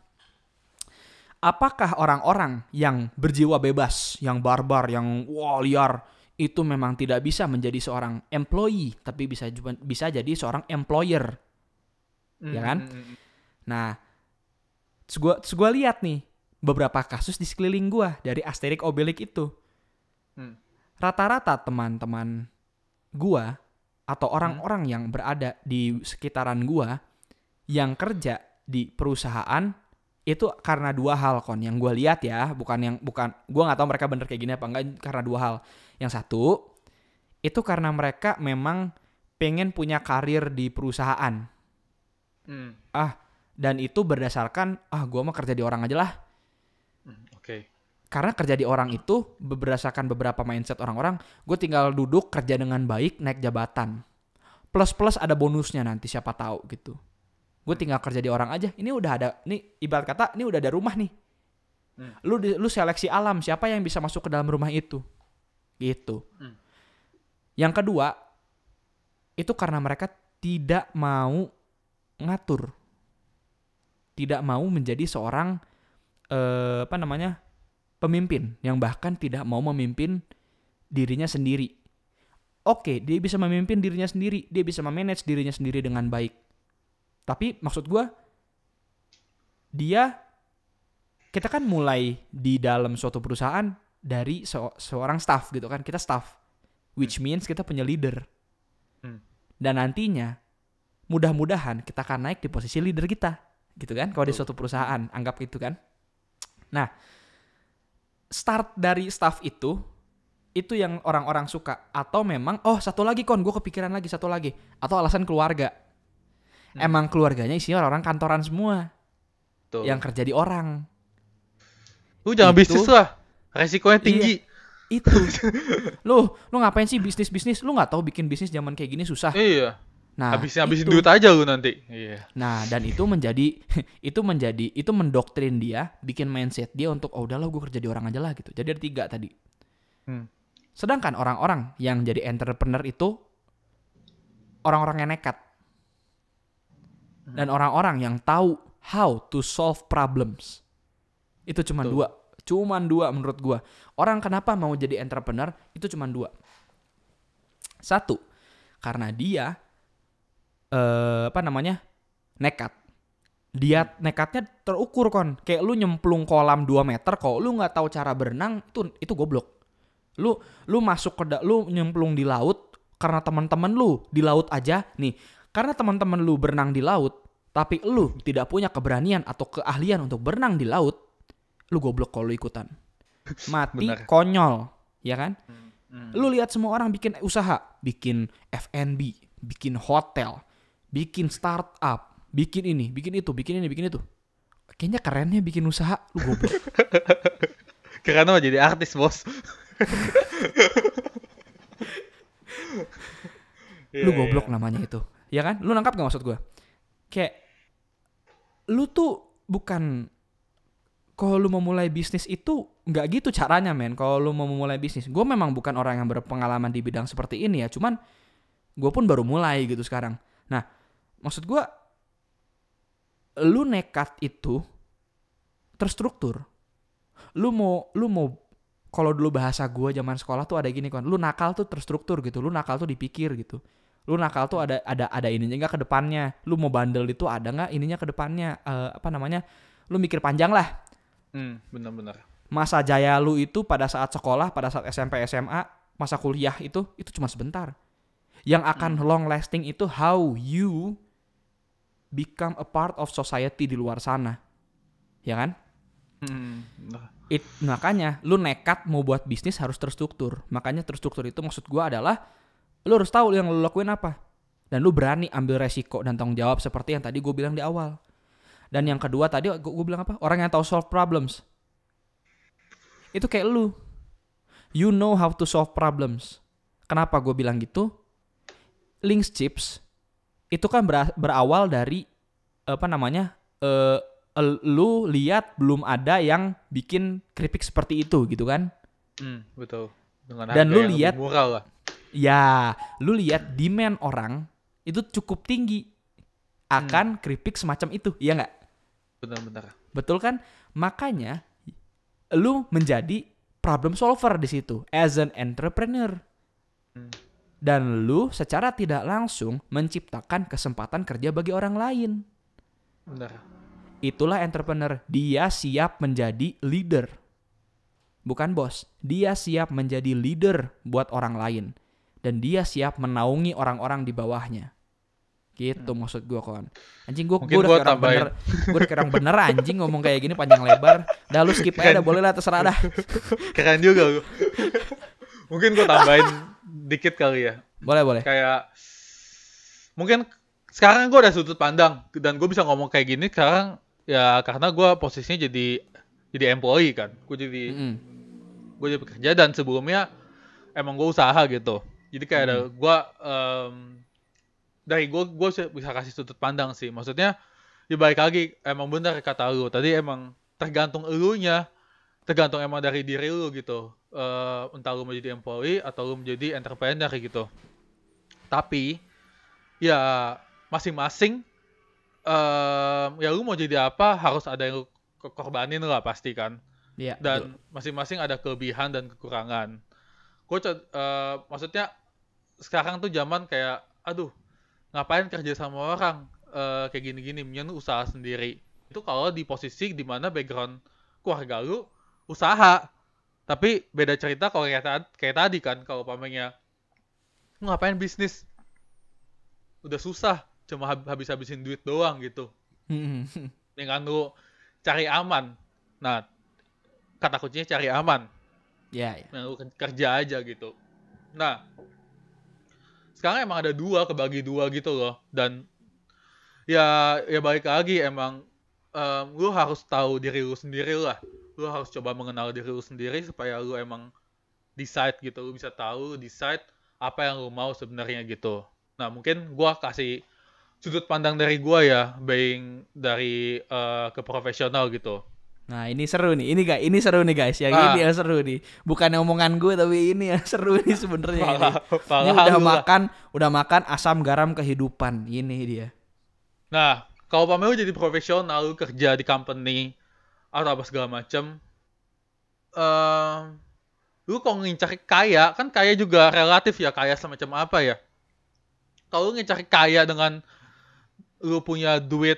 Apakah orang-orang yang berjiwa bebas, yang barbar, yang liar, itu memang tidak bisa menjadi seorang employee, tapi bisa jadi seorang employer, Hmm. ya Hmm. kan? Hmm. Hmm. Nah, terus gue lihat nih beberapa kasus di sekeliling gue dari Asterix Obelix itu. Hmm. Rata-rata teman-teman gue atau Hmm. orang-orang yang berada di sekitaran gue yang kerja di perusahaan itu karena dua hal kon yang gue lihat ya, bukan gue nggak tahu mereka bener kayak gini apa enggak, karena dua hal. Yang satu itu karena mereka memang pengen punya karir di perusahaan, Hmm. dan itu berdasarkan gue mah kerja di orang aja lah. Hmm. Oke. Karena kerja di orang itu berdasarkan beberapa mindset orang-orang, gue tinggal duduk kerja dengan baik, naik jabatan. Plus ada bonusnya nanti siapa tahu gitu. Gue tinggal kerja di orang aja. Ini udah ada, nih ibarat kata ini udah ada rumah nih. Hmm. Lu seleksi alam siapa yang bisa masuk ke dalam rumah itu. Gitu. Hmm. Yang kedua, itu karena mereka tidak mau ngatur. Tidak mau menjadi seorang pemimpin yang bahkan tidak mau memimpin dirinya sendiri. Oke, dia bisa memimpin dirinya sendiri, dia bisa memanage dirinya sendiri dengan baik. Tapi maksud gue, kita kan mulai di dalam suatu perusahaan dari seorang staff gitu kan, kita staff, which means kita punya leader. Hmm. Dan nantinya, mudah-mudahan kita akan naik di posisi leader kita, gitu kan? Kalau di suatu perusahaan, anggap itu kan. Nah, start dari staff itu yang orang-orang suka. Atau memang, satu lagi kon, gue kepikiran lagi satu lagi. Atau alasan keluarga. Emang keluarganya isinya orang-orang kantoran semua. Tuh. Yang kerja di orang. Lu jangan bisnis lah. Resikonya tinggi. Iya, itu. Lu ngapain sih bisnis? Lu gak tahu bikin bisnis zaman kayak gini susah. Iya. Nah, habisin itu. duit aja lu nanti. Iya. Nah, dan itu itu mendoktrin dia, bikin mindset dia untuk udahlah gue kerja di orang aja lah gitu. Jadi ada 3 tadi. Sedangkan orang-orang yang jadi entrepreneur itu orang-orang yang nekat. Dan orang-orang yang tahu how to solve problems. Itu cuma 2. Cuman 2 menurut gue. Orang kenapa mau jadi entrepreneur itu cuma 2. 1, karena dia nekat. Dia nekatnya terukur kon. Kayak lu nyemplung kolam 2 meter, kalau lu nggak tahu cara berenang, itu goblok. Lu masuk lu nyemplung di laut karena teman-teman lu di laut aja nih. Karena teman-teman lu berenang di laut, tapi lu tidak punya keberanian atau keahlian untuk berenang di laut, lu goblok kalau lu ikutan. Mati Benar. konyol, ya kan? Hmm. Lu lihat semua orang bikin usaha, bikin F&B, bikin hotel, bikin startup, bikin ini, bikin itu, bikin ini, bikin itu. Kayaknya kerennya bikin usaha, lu goblok. Karena mau jadi artis, bos. Lu Iya, goblok iya. namanya itu. Ya kan? Lu nangkap gak maksud gue? Kayak lu tuh bukan, kalau lu mau mulai bisnis itu nggak gitu caranya, men. Kalau lu mau memulai bisnis, gue memang bukan orang yang berpengalaman di bidang seperti ini ya. Cuman gue pun baru mulai gitu sekarang. Nah, maksud gue, lu nekat itu terstruktur. Lu mau kalau dulu bahasa gue zaman sekolah tuh ada gini kan. Lu nakal tuh terstruktur gitu. Lu nakal tuh dipikir gitu. Lu nakal tuh ada ininya enggak ke depannya. Lu mau bandel itu ada enggak ininya ke depannya. Apa namanya? Lu mikir panjang lah. Benar-benar. Masa jaya lu itu pada saat sekolah, pada saat SMP, SMA, masa kuliah itu cuma sebentar. Yang akan long lasting itu how you become a part of society di luar sana. Ya kan? Benar. Makanya lu nekat mau buat bisnis harus terstruktur. Makanya terstruktur itu maksud gue adalah lu harus tahu yang lu lakuin apa. Dan lu berani ambil resiko dan tanggung jawab seperti yang tadi gue bilang di awal. Dan yang kedua tadi gue bilang apa? Orang yang tahu solve problems. Itu kayak lu. You know how to solve problems. Kenapa gue bilang gitu? Links chips itu kan berawal dari apa namanya? Lu lihat belum ada yang bikin keripik seperti itu gitu kan? Betul. Dengan Dan harga lu yang lebih lihat, murah lah. ya, lu lihat demand orang itu cukup tinggi akan keripik semacam itu, iya nggak? Benar-benar. Betul kan? Makanya lu menjadi problem solver di situ as an entrepreneur. Dan lu secara tidak langsung menciptakan kesempatan kerja bagi orang lain. Benar. Itulah entrepreneur. Dia siap menjadi leader. Bukan bos. Dia siap menjadi leader buat orang lain. Dan dia siap menaungi orang-orang di bawahnya. Gitu maksud gue kawan. Anjing gue Mungkin udah gue kayak orang bener. tambahin. Gue udah kayak orang bener anjing ngomong kayak gini panjang lebar. Dah lu skip aja dah, boleh lah, terserah dah. Keren juga lu. Mungkin gue tambahin dikit kali ya. Boleh. Kayak mungkin sekarang gue ada sudut pandang dan gue bisa ngomong kayak gini sekarang ya karena gue posisinya jadi employee kan. Gue jadi pekerja dan sebelumnya emang gue usaha gitu. Jadi kayak ada gue dari gue bisa kasih sudut pandang sih. Maksudnya ya balik lagi emang benar kata lu tadi, emang tergantung elunya, tergantung emang dari diri lu gitu. Entah lu mau jadi employee atau lu menjadi entrepreneur gitu. Tapi ya masing-masing ya lu mau jadi apa harus ada yang lu korbanin lah pasti kan. Iya, betul. Dan masing-masing ada kelebihan dan kekurangan. Maksudnya sekarang tuh zaman kayak aduh ngapain kerja sama orang kayak gini-gini, mendingan lu usaha sendiri. Itu kalau di posisi dimana background keluarga lu usaha. Tapi beda cerita kalau kayak tadi kan, kalau pamannya lu ngapain bisnis, udah susah, cuma habis-habisin duit doang gitu. Dengan lu cari aman. Nah, kata kuncinya cari aman. Ya. Nah, lu kerja aja gitu. Nah, sekarang emang ada kebagi dua gitu loh. Dan ya balik lagi emang lu harus tahu diri lu sendiri lah. Lu harus coba mengenal diri lu sendiri supaya lu emang decide gitu. Lu bisa tahu, decide apa yang lu mau sebenarnya gitu. Nah, mungkin gua kasih sudut pandang dari gua ya, being dari ke profesional gitu. Nah ini seru nih, ini seru nih guys, yang ini Ah, yang seru nih, bukan omongan gue tapi ini yang seru nih sebenarnya ini. Ini parah lu lah. udah makan asam garam kehidupan, ini dia. Nah, kalau pamer lu jadi profesional, lu kerja di company atau apa segala macam, lu kalau ngincar kaya, kan kaya juga relatif ya, kaya semacam apa ya. Kalau lu ngincar kaya dengan lu punya duit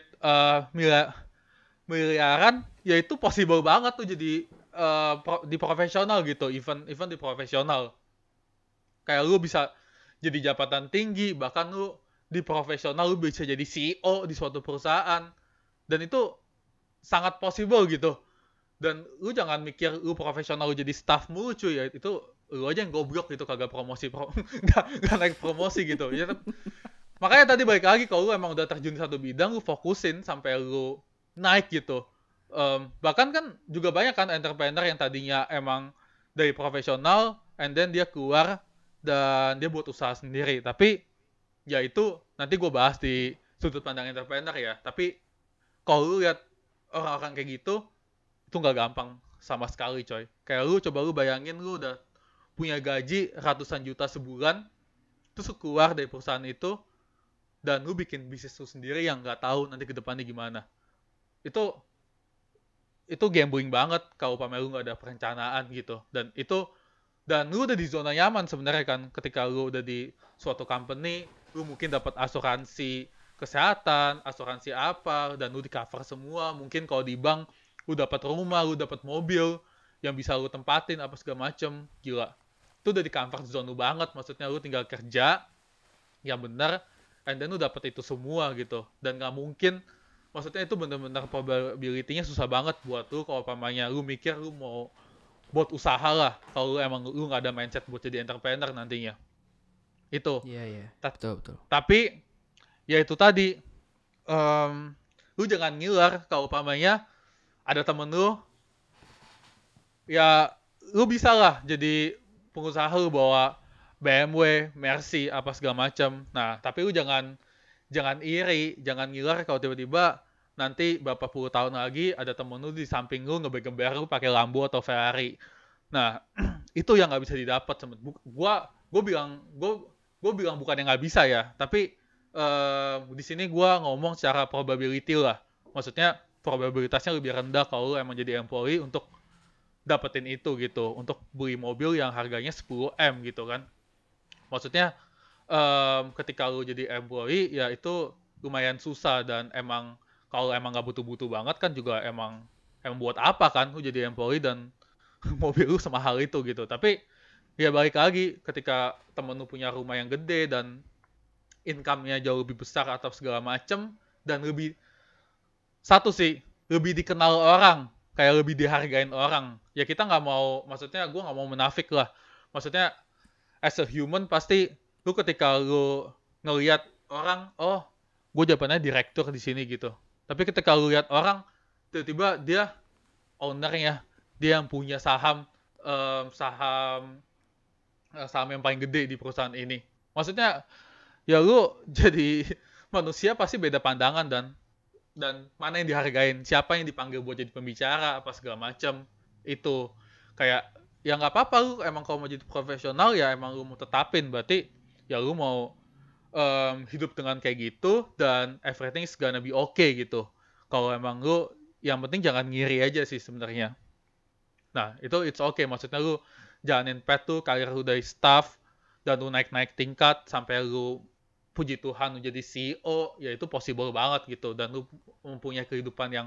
miliaran, ya itu possible banget tuh jadi di profesional gitu, even di profesional. Kayak lu bisa jadi jabatan tinggi, bahkan lu di profesional lu bisa jadi CEO di suatu perusahaan. Dan itu sangat possible gitu. Dan lu jangan mikir lu profesional lu jadi staff mulu cuy ya, itu lu aja yang goblok gitu kagak nggak naik promosi gitu ya. Makanya tadi balik lagi, kalau lu emang udah terjun di satu bidang, lu fokusin sampai lu naik gitu. Bahkan kan juga banyak kan entrepreneur yang tadinya emang dari profesional, and then dia keluar dan dia buat usaha sendiri. Tapi ya itu nanti gue bahas di sudut pandang entrepreneur ya. Tapi kalau lu lihat orang-orang kayak gitu, itu nggak gampang sama sekali coy. Kayak lu coba lu bayangin lu udah punya gaji ratusan juta sebulan, terus lu keluar dari perusahaan itu, dan lu bikin bisnis lu sendiri yang nggak tahu nanti ke depannya gimana. Itu itu gambling banget kalau pamer lu nggak ada perencanaan gitu. Dan lu udah di zona nyaman sebenarnya kan, ketika lu udah di suatu company, lu mungkin dapat asuransi kesehatan, asuransi apa, dan lu di cover semua. Mungkin kalau di bank lu dapat rumah, lu dapat mobil yang bisa lu tempatin apa segala macem. Gila, itu udah di comfort zone lu banget. Maksudnya lu tinggal kerja yang benar, and then lu dapat itu semua gitu. Dan nggak mungkin, maksudnya itu benar-benar probability-nya susah banget buat lu kalau pamannya lu mikir lu mau buat usaha lah, kalau lu emang lu nggak ada mindset buat jadi entrepreneur nantinya. Itu. Iya, iya. Ta- Betul, betul. tapi ya itu tadi, em, lu jangan ngiler kalau pamannya ada temen lu, ya lu bisa lah jadi pengusaha, lu bawa BMW, Mercy, apa segala macam. Nah, tapi lu jangan jangan iri, jangan ngiler kalau tiba-tiba nanti berapa puluh tahun lagi ada temen lu di samping lu ngeber-geber lu pakai Lambo atau Ferrari. Nah, itu yang nggak bisa didapat. Gue bilang bukan yang nggak bisa ya, tapi di sini gue ngomong secara probability lah. Maksudnya probabilitasnya lebih rendah kalau lu emang jadi employee untuk dapetin itu gitu, untuk beli mobil yang harganya 10 M gitu kan. Maksudnya ketika lu jadi employee ya itu lumayan susah, dan emang kalau emang nggak butuh-butuh banget kan juga emang emang buat apa kan lu jadi employee dan mobil lu semahal itu gitu. Tapi ya balik lagi, ketika temen lu punya rumah yang gede dan income-nya jauh lebih besar atau segala macem, dan lebih, satu sih, lebih dikenal orang, kayak lebih dihargain orang, ya kita nggak mau, maksudnya gue nggak mau menafik lah, maksudnya as a human pasti lu ketika lu ngelihat orang, oh gue jawabannya direktur di sini gitu, tapi ketika lu lihat orang tiba-tiba dia ownernya, dia yang punya saham, saham saham yang paling gede di perusahaan ini, maksudnya ya lu jadi manusia pasti beda pandangan, dan mana yang dihargain, siapa yang dipanggil buat jadi pembicara apa segala macam. Itu kayak, ya nggak apa-apa, lu emang kalau mau jadi profesional ya emang lu mau tetapin, berarti ya lu mau hidup dengan kayak gitu, dan everything is gonna be okay gitu. Kalau emang lu, yang penting jangan ngiri aja sih sebenarnya. Nah itu it's okay, maksudnya lu jalanin path tuh karir lu dari staff, dan lu naik-naik tingkat sampai lu puji Tuhan lu jadi CEO, ya itu possible banget gitu, dan lu mempunyai kehidupan yang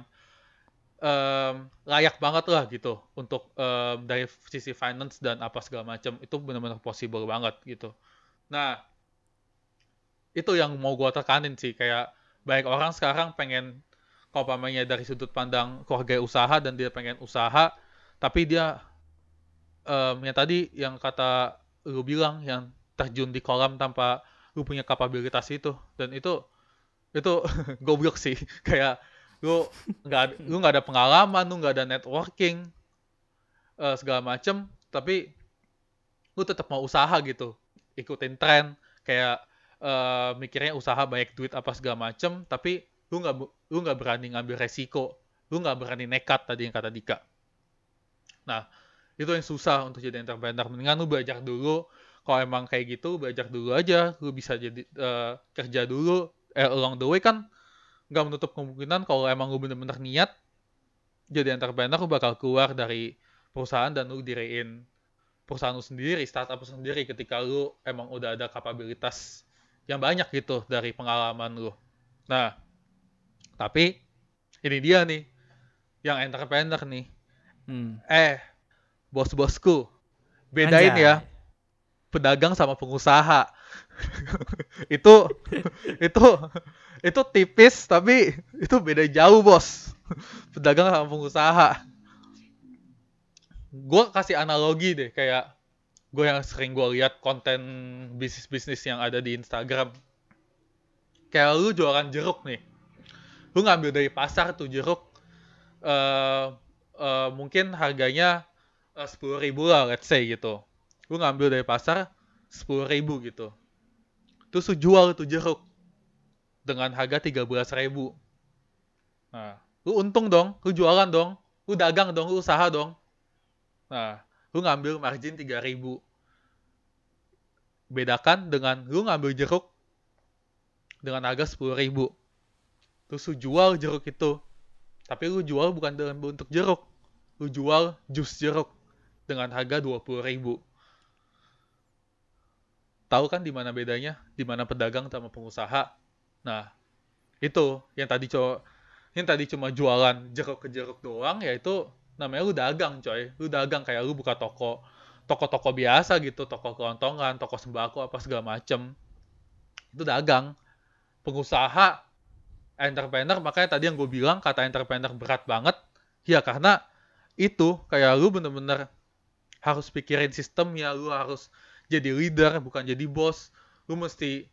layak banget lah gitu untuk dari sisi finance dan apa segala macam, itu benar-benar possible banget gitu. Nah itu yang mau gue tekanin sih, kayak baik orang sekarang pengen, kalau pamannya dari sudut pandang keluarga usaha dan dia pengen usaha, tapi dia yang tadi yang kata lu bilang, yang terjun di kolam tanpa lu punya kapabilitas itu, dan itu goblok sih. Kayak lu nggak ada pengalaman, lu nggak ada networking segala macem, tapi lu tetap mau usaha gitu, ikutin tren, kayak mikirnya usaha banyak duit apa segala macem, tapi lu nggak berani ngambil resiko, lu nggak berani nekat, tadi yang kata Dika. Nah itu yang susah untuk jadi entrepreneur. Mendingan lu belajar dulu, kalau emang kayak gitu belajar dulu aja, lu bisa jadi kerja dulu, along the way kan nggak menutup kemungkinan kalau emang lu bener-bener niat jadi entrepreneur, lu bakal keluar dari perusahaan dan lu diriin perusahaan lu sendiri, startup lu sendiri, ketika lu emang udah ada kapabilitas yang banyak gitu dari pengalaman lu. Nah Tapi ini dia nih yang entrepreneur nih. Hmm. Bos-bosku, bedain ya Anjay. pedagang sama pengusaha. itu itu itu tipis tapi itu beda jauh, Bos. Pedagang sama pengusaha. Gue kasih analogi deh, kayak gue yang sering gue lihat konten bisnis-bisnis yang ada di Instagram. Kayak lu jualan jeruk nih. Lu ngambil dari pasar tuh jeruk, eh mungkin harganya 10.000 lah, let's say gitu. Lu ngambil dari pasar 10.000 gitu. Terus lu jual tuh jeruk dengan harga 13.000. Nah, lu untung dong, lu jualan dong, lu dagang dong, lu usaha dong. Nah, lu ngambil margin 3.000. Bedakan dengan lu ngambil jeruk dengan harga 10.000. Terus lu jual jeruk itu. Tapi lu jual bukan dalam bentuk jeruk. Lu jual jus jeruk dengan harga 20.000. Tahu kan di mana bedanya? Di mana pedagang sama pengusaha? Nah, itu yang tadi cuma jualan jeruk ke jeruk doang, yaitu namanya lu dagang, coy. Lu dagang kayak lu buka toko-toko biasa gitu, toko kelontongan, toko sembako apa segala macem. Itu dagang. Pengusaha, entrepreneur, makanya tadi yang gue bilang kata entrepreneur berat banget. Ya karena itu kayak lu bener-bener harus pikirin sistemnya, lu harus jadi leader bukan jadi bos. Lu mesti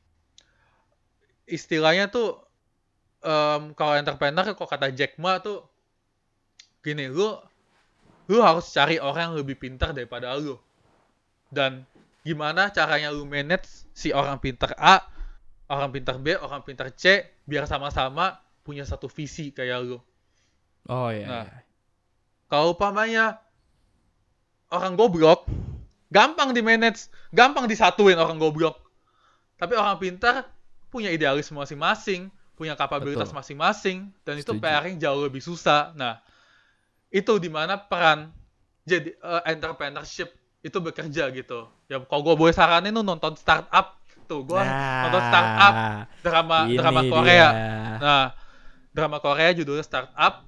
istilahnya tuh, kalau entrepreneur, kalau kata Jack Ma tuh gini, lu harus cari orang yang lebih pintar daripada lu, dan gimana caranya lu manage si orang pintar A, orang pintar B, orang pintar C, biar sama-sama punya satu visi kayak lu. Oh iya Nah, iya. kalau umpamanya orang goblok, gampang di manage, gampang disatuin orang goblok. Tapi orang pintar punya idealisme masing-masing, punya kapabilitas Betul. masing-masing, dan itu Setuju. PR-nya jauh lebih susah. Nah, itu dimana peran jadi entrepreneurship itu bekerja gitu. Ya kalau gue boleh saranin tuh nonton startup, tuh gue nonton startup, Nah, drama ini drama dia. Korea. Nah, drama Korea judulnya startup.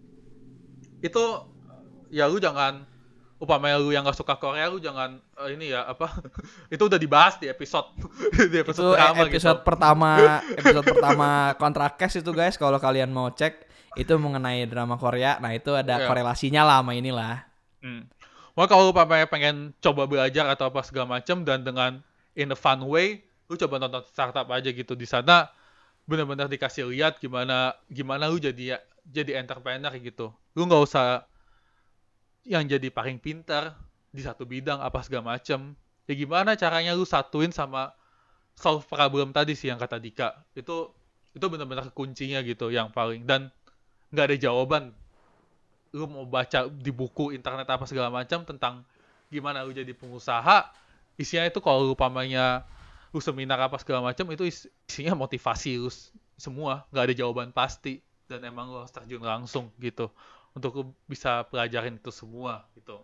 Itu ya lu jangan, upamanya lu yang gak suka Korea, lu jangan ini ya apa, itu udah dibahas di episode di Itu episode drama gitu. episode pertama Kontra Cash itu guys, kalau kalian mau cek itu mengenai drama Korea. Nah, itu ada Ya. korelasinya lah sama inilah. Hmm. Wah, kalau upamanya pengen coba belajar atau apa segala macam dan dengan in a fun way, lu coba nonton startup aja gitu. Di sana benar-benar dikasih lihat gimana gimana lu jadi entrepreneur gitu. Lu nggak usah yang jadi paling pintar di satu bidang apa segala macam. Ya gimana caranya lu satuin sama solve problem tadi sih yang kata Dika. Itu benar-benar kuncinya gitu yang paling, dan nggak ada jawaban. Lu mau baca di buku internet apa segala macam tentang gimana lu jadi pengusaha, isinya itu kalau lu pamanya lu seminar apa segala macam itu isinya motivasi lu semua, nggak ada jawaban pasti, dan emang lu harus terjun langsung gitu untuk lu bisa pelajarin itu semua gitu.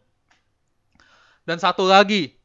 Dan satu lagi,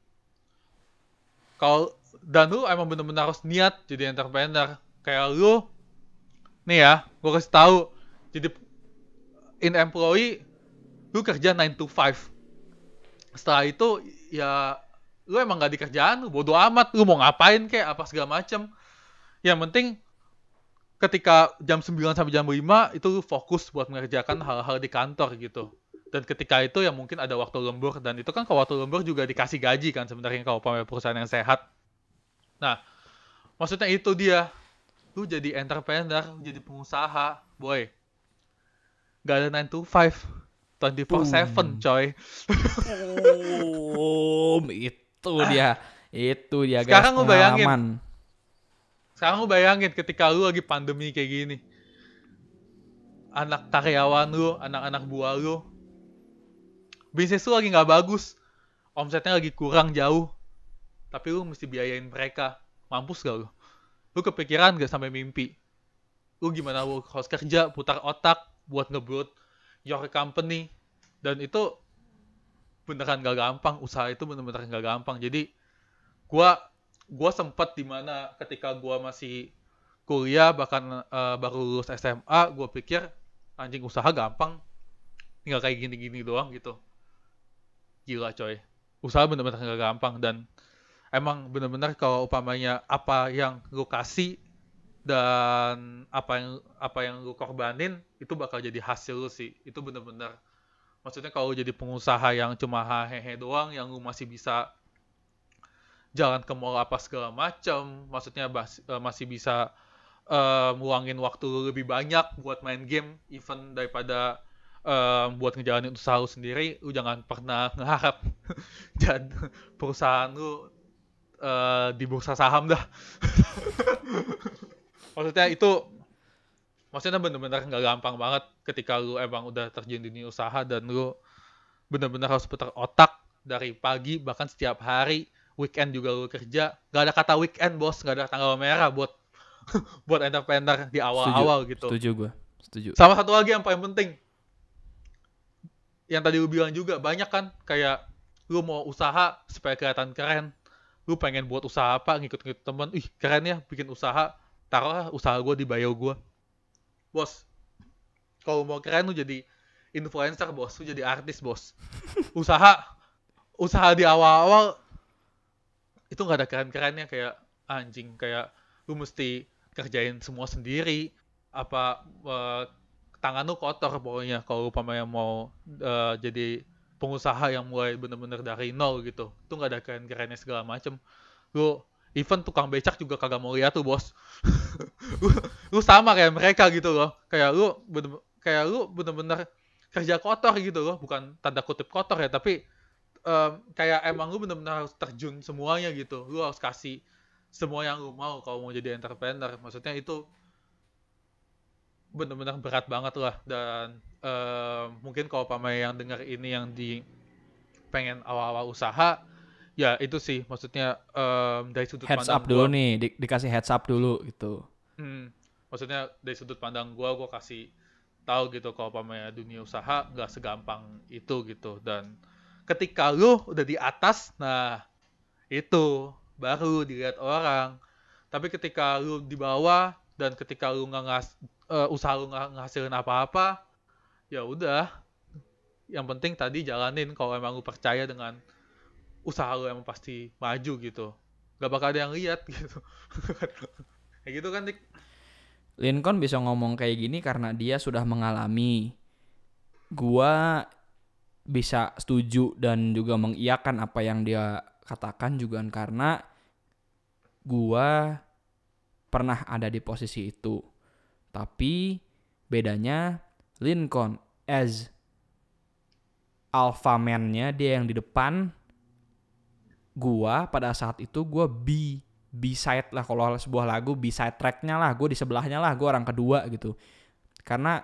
kalau dan lu emang bener-bener harus niat jadi entrepreneur. Kayak lu nih ya, gue kasih tahu, jadi in employee lu kerja 9 to 5. Setelah itu ya lu emang gak di kerjaan, lu bodo amat, lu mau ngapain kayak apa segala macem. Yang penting ketika jam 9 sampai jam 5 itu lu fokus buat mengerjakan hal-hal di kantor gitu. Dan ketika itu ya mungkin ada waktu lembur, dan itu kan kalau waktu lembur juga dikasih gaji kan sebenarnya kalau perusahaan yang sehat. Nah, maksudnya itu dia, lu jadi entrepreneur, lu jadi pengusaha, boy. Gak ada 9 to 5, 24/7 Boom. coy. Boom. Itu dia guys, Sekarang lu bayangin, pengalaman. ketika lu lagi pandemi kayak gini, anak karyawan lu, anak-anak buah lu, bisnis lu lagi nggak bagus, omsetnya lagi kurang jauh, tapi lu mesti biayain mereka, mampus gak lu? Lu kepikiran gak sampai mimpi? Lu gimana lu harus kerja, putar otak buat ngebuat your company, dan itu beneran gak gampang, usaha itu bener-bener gak gampang. Jadi gua gua sempet dimana ketika gua masih kuliah bahkan baru lulus SMA, gue pikir anjing usaha gampang, tinggal kayak gini-gini doang gitu. Gila coy, usaha bener-bener nggak gampang, dan emang bener-bener kalau upamanya apa yang lu kasih dan apa yang lu korbanin itu bakal jadi hasil lu sih. Itu bener-bener, maksudnya kalau jadi pengusaha yang cuma hehe doang, yang lu masih bisa jalan ke mall apa segala macam, maksudnya masih bisa ngeluangin waktu lebih banyak buat main game even daripada buat ngejalanin usaha lu sendiri. Lu jangan pernah ngeharap dan perusahaan lu di bursa saham dah. Maksudnya itu, maksudnya bener-bener nggak gampang banget ketika lu emang udah terjun di dunia usaha dan lu bener-bener harus putar otak dari pagi, bahkan setiap hari. Weekend juga lu kerja, nggak ada kata weekend bos, nggak ada tanggal merah buat buat entrepreneur di Setuju, awal-awal gitu. setuju gue, setuju. Sama satu lagi yang paling penting, yang tadi lu bilang juga, banyak kan kayak lu mau usaha supaya kelihatan keren, lu pengen buat usaha apa, ngikut-ngikut temen, ih keren ya bikin usaha, taruhlah usaha gue di bio gue. Bos, kalau mau keren lu jadi influencer bos, lu jadi artis bos. Usaha usaha di awal-awal itu nggak ada keren-kerennya, kayak anjing, kayak lu mesti kerjain semua sendiri, apa tangan lu kotor pokoknya kalau umpamanya mau jadi pengusaha yang mulai bener-bener dari nol gitu. Itu nggak ada keren-kerennya segala macem. Lu even tukang becak juga kagak mau lihat tuh bos. lu, lu sama kayak mereka gitu loh, kayak lu bener-bener kerja kotor gitu loh, bukan tanda kutip kotor ya, tapi kayak emang lu bener-bener harus terjun semuanya gitu. Lu harus kasih semua yang lu mau kalau mau jadi entrepreneur. Maksudnya itu bener-bener berat banget lah. Dan mungkin kalau pamai yang dengar ini yang di pengen awal-awal usaha, ya itu sih maksudnya dari sudut Heads pandang up dulu gue. nih, dikasih heads up dulu gitu. Maksudnya dari sudut pandang gue kasih tahu gitu kalau pamaya dunia usaha nggak segampang itu gitu. Dan ketika lu udah di atas, nah itu baru dilihat orang. Tapi ketika lu di bawah dan ketika lu usaha lu nggak ngasilin apa-apa, ya udah. Yang penting tadi jalanin, kalau emang lu percaya dengan usaha lu emang pasti maju gitu. Gak bakal ada yang lihat gitu. Kayak gitu kan, Dik. Lincoln bisa ngomong kayak gini karena dia sudah mengalami. Gua bisa setuju dan juga mengiyakan apa yang dia katakan juga karena gua pernah ada di posisi itu. Tapi bedanya Lincoln as alpha man-nya, dia yang di depan, gua pada saat itu gua B-side lah, kalau sebuah lagu B-side track-nya lah, gua di sebelahnya lah, gua orang kedua gitu. Karena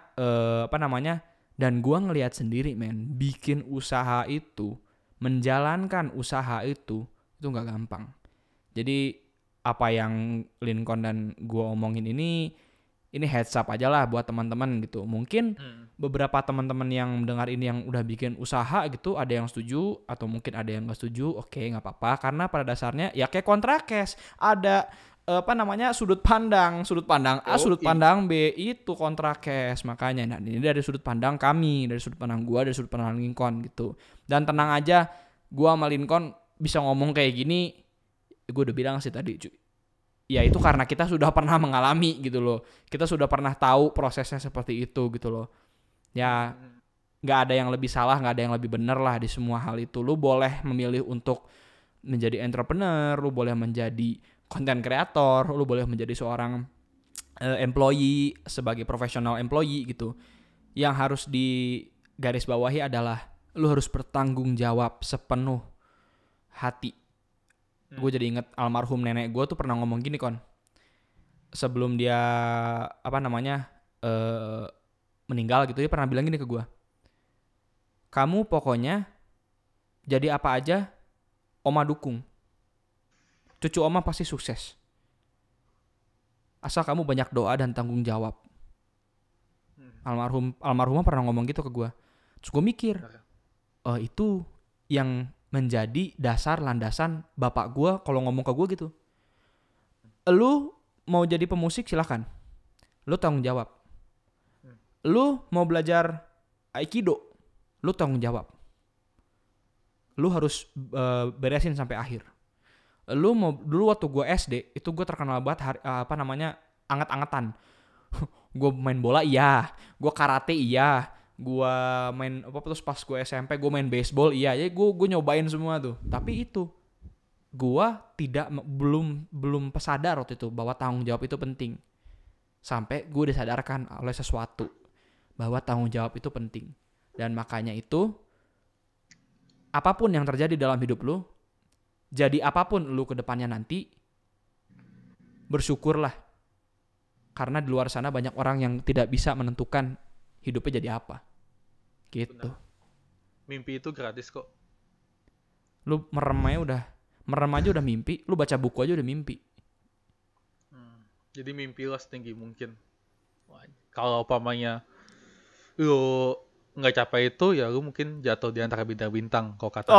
dan gua ngelihat sendiri men, bikin usaha itu, menjalankan usaha itu nggak gampang. Jadi apa yang Lincoln dan gua omongin ini heads up aja lah buat teman-teman gitu. Mungkin beberapa teman-teman yang mendengar ini yang udah bikin usaha gitu, ada yang setuju atau mungkin ada yang nggak setuju. Oke, nggak apa-apa, karena pada dasarnya ya kayak kontrakes, ada sudut pandang A, sudut pandang B, itu kontrakes. Makanya nah ini dari sudut pandang kami, dari sudut pandang gua, dari sudut pandang Lincoln gitu. Dan tenang aja, gua sama Lincoln bisa ngomong kayak gini, gue udah bilang sih tadi cuy, ya itu karena kita sudah pernah mengalami gitu loh. Kita sudah pernah tahu prosesnya seperti itu gitu loh. Ya nggak ada yang lebih salah, nggak ada yang lebih benar lah di semua hal itu. Lu boleh memilih untuk menjadi entrepreneur, lu boleh menjadi content creator, lu boleh menjadi seorang employee, sebagai professional employee gitu. Yang harus digarisbawahi adalah lu harus bertanggung jawab sepenuh hati. Gue jadi inget almarhum nenek gue tuh pernah ngomong gini Kon, sebelum dia meninggal gitu, dia pernah bilang gini ke gue, kamu pokoknya jadi apa aja oma dukung, cucu oma pasti sukses, asal kamu banyak doa dan tanggung jawab. Almarhumah pernah ngomong gitu ke gue. Terus gue mikir, itu yang menjadi dasar landasan bapak gue kalau ngomong ke gue gitu. Lu mau jadi pemusik silahkan, lu tanggung jawab. Hmm. Lu mau belajar aikido, lu tanggung jawab. Lu harus beresin sampai akhir. Lu mau dulu waktu gue SD itu gue terkenal banget anget-angetan. Gue main bola iya, gue karate iya, gue main apa terus pas gue SMP gue main baseball iya, ya gue nyobain semua tuh. Tapi itu gue belum pesadar waktu itu bahwa tanggung jawab itu penting. Sampai gue disadarkan oleh sesuatu bahwa tanggung jawab itu penting. Dan makanya itu apapun yang terjadi dalam hidup lu, jadi apapun lu ke depannya nanti, bersyukurlah. Karena di luar sana banyak orang yang tidak bisa menentukan hidupnya jadi apa. Gitu. Benar. Mimpi itu gratis kok. Lu merem aja udah mimpi, lu baca buku aja udah mimpi. Jadi mimpilah setinggi mungkin. Kalau umpamanya lu nggak capai itu, ya lu mungkin jatuh di antara bintang-bintang.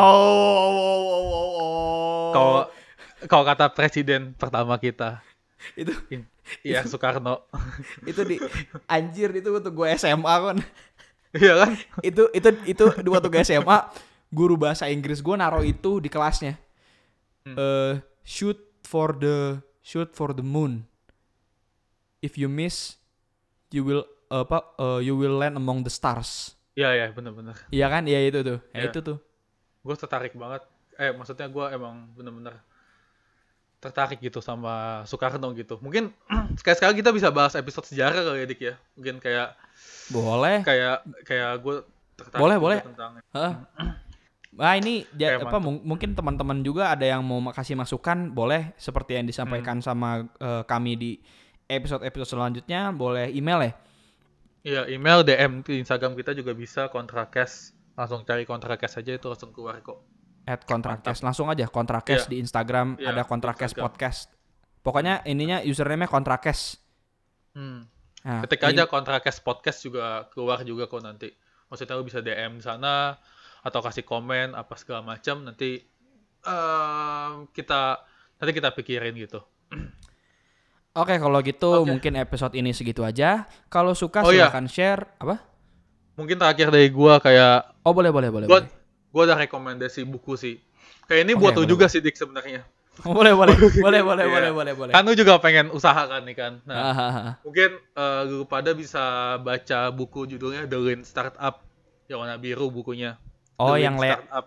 Kalau kata presiden pertama kita, Itu ya Soekarno. itu anjir itu waktu gue SMA kan. Iya kan? itu waktu gue SMA, guru bahasa Inggris gue naruh itu di kelasnya. Shoot for the moon. If you miss, you will land among the stars. Iya benar-benar. Iya kan? Iya itu tuh. Ya. Itu tuh. Gue tertarik banget. Maksudnya gue emang benar-benar tertarik gitu sama Soekarno gitu. Mungkin sekali-sekali kita bisa bahas episode sejarah kali ya, Dik ya. Mungkin kayak boleh. Kayak gue tertarik boleh. Tentang Nah ini mungkin teman-teman juga ada yang mau kasih masukan, boleh seperti yang disampaikan sama kami di episode selanjutnya, boleh email ya. Iya, email, DM di Instagram kita juga bisa, Kontrakes. Langsung cari Kontrakes aja, itu langsung keluar kok. @Kontrakes, langsung aja Kontrakes di Instagram, ada Kontrakes podcast. Pokoknya ininya username-nya Kontrakes. Nah, ketik aja Kontrakes podcast juga keluar juga kok nanti. Maksudnya lu bisa DM di sana atau kasih komen apa segala macam, nanti kita pikirin gitu. Oke, kalau gitu mungkin episode ini segitu aja. Kalau suka silakan share apa? Mungkin terakhir dari gua kayak boleh. Gua ada rekomendasi buku sih. Kayak ini buat lu juga sih, Dik, sebenarnya. Boleh. Kan lu juga pengen usaha kan nih kan. Nah, mungkin lu pada bisa baca buku judulnya The Lean Startup, yang warna biru bukunya. Yang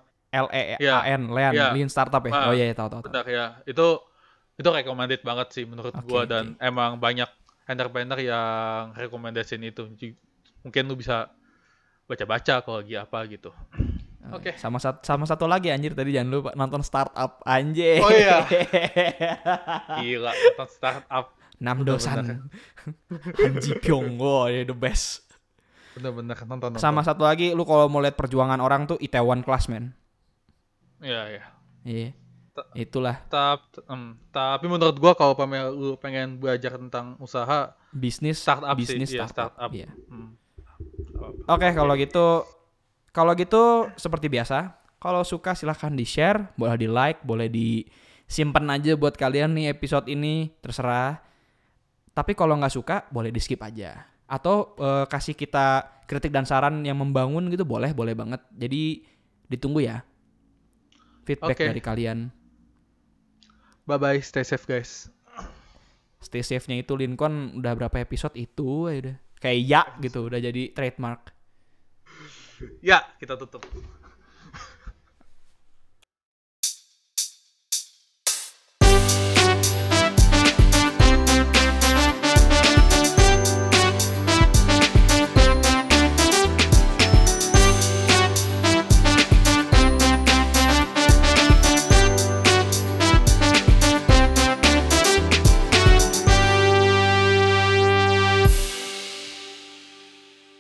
Lean Startup ya. Iya, tahu. Benar ya. Itu recommended banget sih menurut gua, dan emang banyak entrepreneur yang rekomendasiin itu. Mungkin lu bisa baca-baca kalau lagi apa gitu. Oke. Sama satu lagi anjir, tadi jangan lupa nonton Startup anjir. Oh iya. Gila, nonton Startup. 6 dosan. Hanji Pyong, the best. Bener nonton. Sama satu lagi, lu kalau mau lihat perjuangan orang tuh Itaewon Class, man. Iya. Itulah. Tapi menurut gua kalau lu pengen belajar tentang usaha bisnis startup. Iya. Oke, kalau gitu seperti biasa, kalau suka silahkan di-share, boleh di-like, boleh disimpan aja buat kalian nih episode ini, terserah. Tapi kalau nggak suka, boleh di-skip aja. Atau kasih kita kritik dan saran yang membangun gitu, boleh banget. Jadi ditunggu ya feedback dari kalian. Bye-bye, stay safe guys. Stay safe-nya itu Lincoln udah berapa episode itu udah kayak ya gitu, udah jadi trademark. Ya, kita tutup.